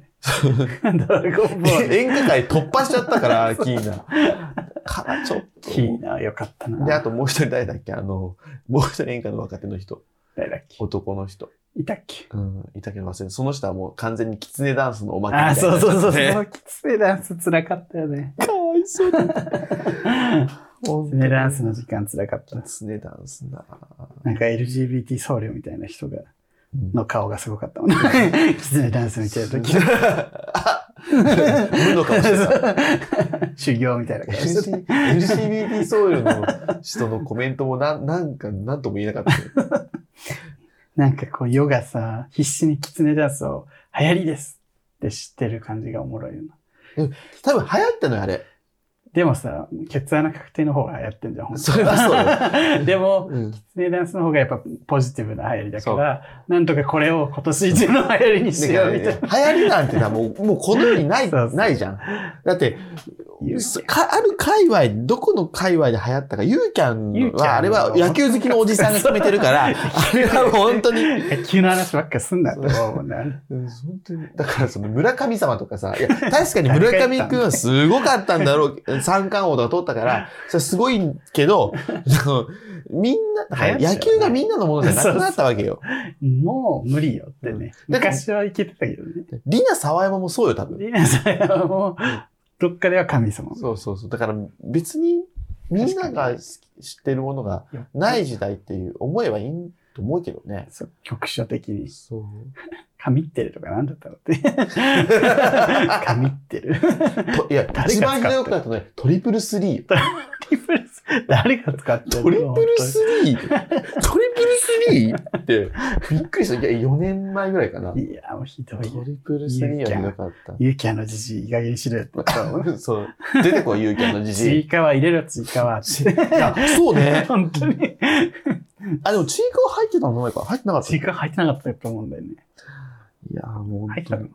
演歌界突破しちゃったから、キーナ。からちょっと。 キーナよかったな。 で、あともう一人誰だっけもう一人演歌の若手の人。 誰だっけ男の人。 いたっけいたけど忘れて、その人はもう完全にキツネダンスのおまけみたいな。 そう。キツネダンス辛かったよね。 かわいそうだ。キツネダンスの時間辛かった。 キツネダンスな。 なんか LGBT 僧侶みたいな人の顔がすごかったもんね。キツネダンス見てるとき。 無の顔してた。 修行みたいな顔してた。 LGBT 僧侶の人のコメントもなんとも言えなかった。 なんかこう、ヨガさ、必死にキツネダンスを流行りですって知ってる感じがおもろいよな。 多分流行ったのよ、あれ。 でもさ、ケツ穴確定の方が流行ってんじゃん、 それはそうよ。 でも、キツネダンスの方がやっぱポジティブな流行りだから、なんとかこれを今年中の流行りにしようみたいな。 流行りなんてもうこの世にないじゃん。だって、ある界隈、どこの界隈で流行ったか、ユーキャンは、あれは野球好きのおじさんが決めてるから、あれはもう本当に。 野球の話ばっかすんなと思うもんね。 本当に。だからその村神様とかさ、いや、確かに村上くんはすごかったんだろう。三冠王とか取ったから、それすごいけど、みんな、野球がみんなのものじゃなくなったわけよ。 もう無理よってね。昔はいけてたけどね。 リナ・サワヤマもそうよ、多分。 リナ・サワヤマも、どっかでは神様。 そう。だから別にみんなが知ってるものがない時代っていう思えばいいと思うけどね。 そう、局所的に。 そう。 神ってるとかなんだったのって。神ってる。 いや、一番ひどかったのね、トリプルスリー。 誰が使ってるの？ トリプルスリートリプルスリーって、びっくりした。いや、4年前ぐらいかな。 いや、もうひどい。 トリプルスリーはひどかった。 ユーキャンのじじい、いい加減にしろよって。 そう。出てこい、ユーキャンのじじい。 ちいかわ入れろ、ちいかわ。 いや、そうね。 本当に。 でもちいかわ入ってたの前か入ってなかった。 ちいかわ入ってなかったと思うんだよね。 いやもう。 入ったの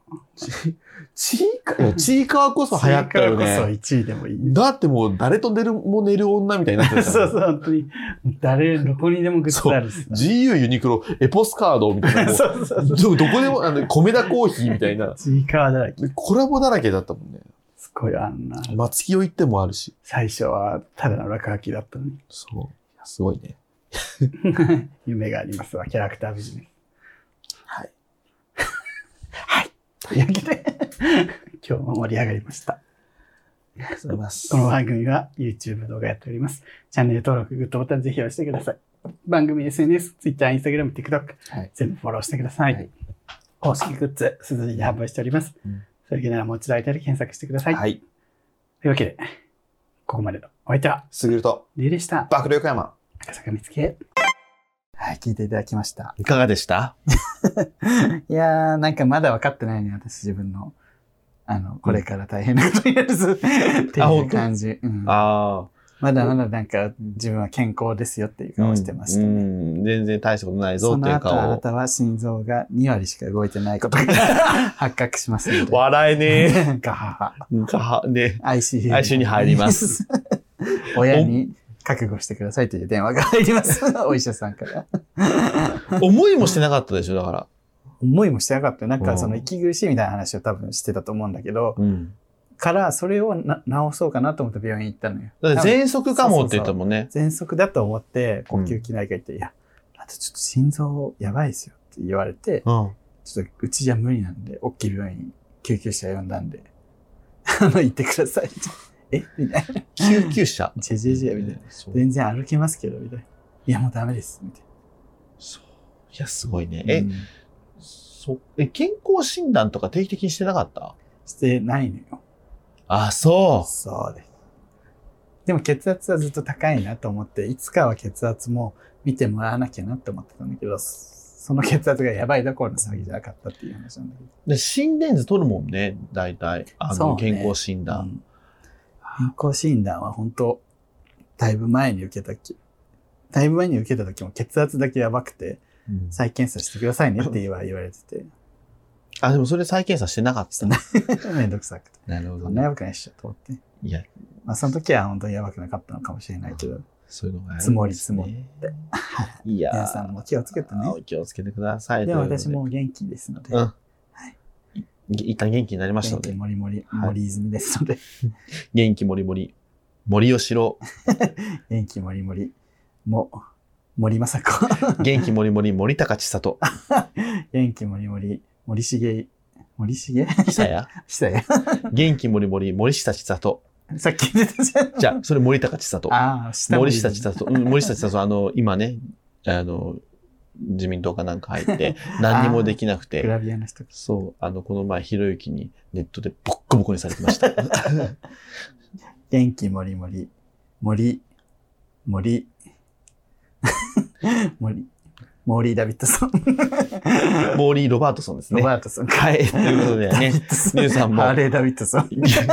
ちいかわこそ流行ったよね。 ちいかわこそ1位でもいい。 だってもう誰と寝る女みたいになってた。 そう、本当に。どこにでもグッズあるし。 GU ユニクロ、エポスカードみたいな。そう。どこでも、米田コーヒーみたいな。 ちいかわだらけ。 コラボだらけだったもんね。 すごいあんな。 松木を言ってもあるし。 最初はただの落書きだったのに。 そう。すごいね。 夢がありますわ、キャラクタービジネス。 はい。 はい。というわけで、今日も盛り上がりました。 ありがとうございます。 この番組は YouTube 動画やっております。チャンネル登録、グッドボタンぜひ押してください。番組 SNS、Twitter、Instagram、TikTok、はい、全部フォローしてください。はい、公式グッズ、すずりで販売しております。それならもう一度会いたいで検索してください。はい。というわけで、ここまでのお相手は、 すぐると、 りゅうでした。 爆力山。 赤坂見つけ。はい、聞いていただきました。 いかがでした？ いやー、なんかまだ分かってないね、私自分の。これから大変なことになるぞっていう感じ。まだまだなんか自分は健康ですよっていう顔してましたね。 全然大したことないぞっていう顔を。 その後あなたは心臓が2割しか動いてないことが発覚しますので。 笑えねえ。 ガハハ。 ガハね。 ICU に入ります。 親に覚悟してくださいという電話が入ります。お医者さんから。 思いもしてなかったでしょ、だから。 思いもしてなかったよ。なんかその息苦しいみたいな話を多分してたと思うんだけど、からそれを治そうかなと思って病院行ったのよ。 だって喘息かもって言ったもんね。 喘息だと思って呼吸器内科行って、いや、あとちょっと心臓やばいですよって言われて、ちょっとうちじゃ無理なんで、大きい病院救急車呼んだんで、行ってください。えみたいな。 救急車みたいな。全然歩けますけど、みたいな。いや、もうダメです。みたいな。 そう。いや、すごいね。健康診断とか定期的にしてなかった？ してないのよ。 あ、そう。 そうです。でも血圧はずっと高いなと思って、いつかは血圧も見てもらわなきゃなって思ってたんだけど、その血圧がやばいどころの騒ぎじゃなかったっていう話なんだけど。 で心電図取るもんね、大体。健康診断。 健康診断は本当だいぶ前に受けた時も血圧だけやばくて、再検査してくださいねって言われてて。 あ、でもそれ再検査してなかった。 めんどくさくて。 なるほど、ね。 そんなやばくないっしょと思って。 いや。 まあその時は本当にやばくなかったのかもしれないけど。 そういうのがあるんですね。 積もり積もって。 いや皆さんも気をつけてね。 気をつけてください。 でも私も元気ですので。 はい。一旦元気になりましたので。 元気もりもり、森泉ですので。 元気もりもり。森吉郎。 元気もりもり。森雅子。 元気もりもり、森高千里。 元気もりもり、森重久也元気もりもり、森下千里。 さっき出たじゃん。 じゃあ、それ森高千里。森下千里。森下千里、今ね、自民党かなんか入って、何にもできなくて。 グラビアの人。 そう、この前、ひろゆきにネットでボッコボコにされてました。 元気もりもり、モーリー・ダビッドソン。 モーリー・ロバートソンですね。 ロバートソン。 はい。ということでね、皆さんも。 ハーレー・ダビッドソン。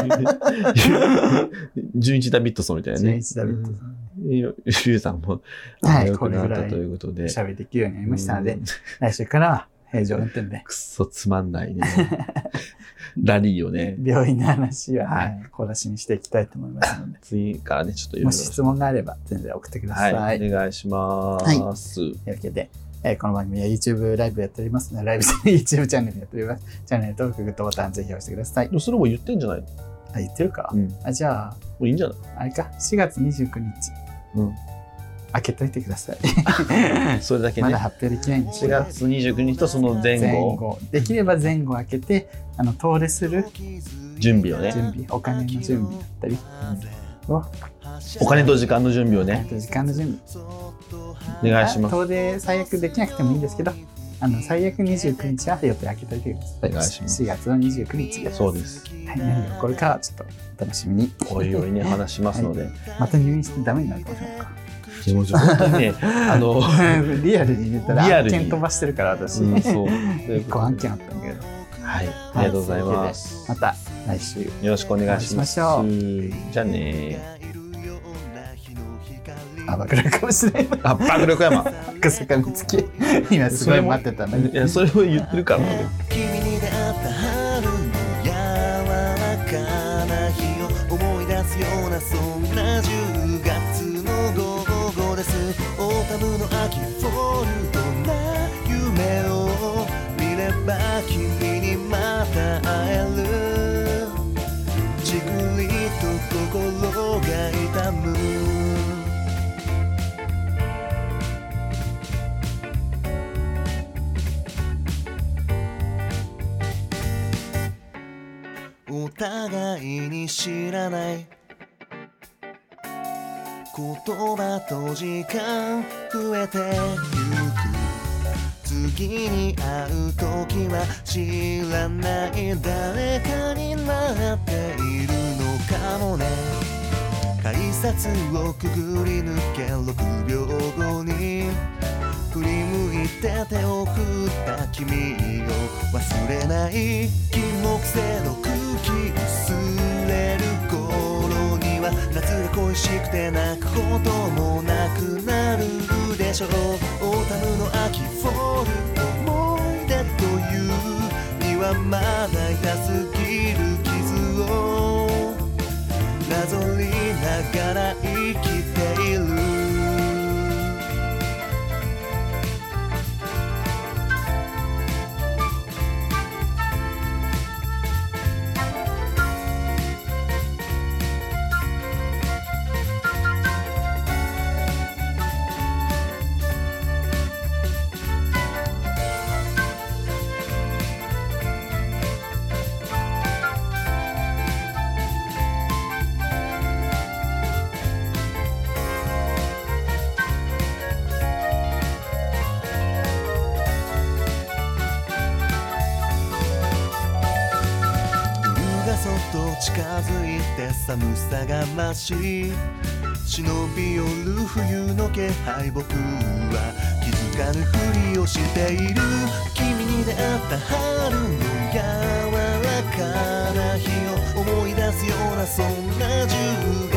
11ダビッドソンみたいなね。 11ダビッドソン。 リュウさんも、良くなったということで。 喋できるようになりましたので、来週からは平常運転で。 くっそつまんないね。ラリーをね。 病院の話は、小出しにしていきたいと思いますので。 次からね、ちょっともし質問があれば、全然送ってください。 はい、お願いします。 はい。というわけで、この番組は YouTube ライブやっておりますので、YouTube チャンネルやっております。チャンネル登録、グッドボタンぜひ押してください。 それも言ってんじゃないの？ あ、言ってるか。じゃあ、 もういいんじゃない？ あれか、4月29日。開けといてください。 それだけね。 まだ発表できないんですけど。4月29日とその前後。 できれば前後開けて、遠出する準備をね。 お金の準備だったり。 お金と時間の準備をね。 お金と時間の準備。 お願いします。 遠出最悪できなくてもいいんですけど、最悪29日は予定開けといてください。 お願いします。 4月の29日です。 そうです。 はい、何が起こるかはちょっとお楽しみに。 おいおいね、話しますので。 また入院してダメになるかもしれないか。 本当にね、 リアルに言ったら案件飛ばしてるから私。そう。1個案件あったんだけど。 はい。ありがとうございます。 また来週よろしくお願いします。じゃあね。 爆力かもしれない。 爆力山。 赤坂見つけ。今すごい待ってたのに。 いや、それを言ってるからね。 君に出会った春の柔らかな日を思い出すようなそんな10月の午後です。オータムの秋フォルトな夢を見れば君にまた会える。じくりと心が痛む。お互いに知らない言葉と時間増えてゆく。次に会う時は知らない誰かになっているのかもね。改札をくぐり抜け6秒後に振り向いて手を振った君を忘れない。金木犀の空気薄れる頃には夏が恋しくて泣くこともなくなるでしょう。オータムの秋フォルト思い出というにはまだ痛すぎる傷をなぞりながら生きている。そっと近づいて寒さが増し忍び寄る冬の気配。僕は気づかぬふりをしている。君に出会った春の柔らかな日を思い出すようなそんな10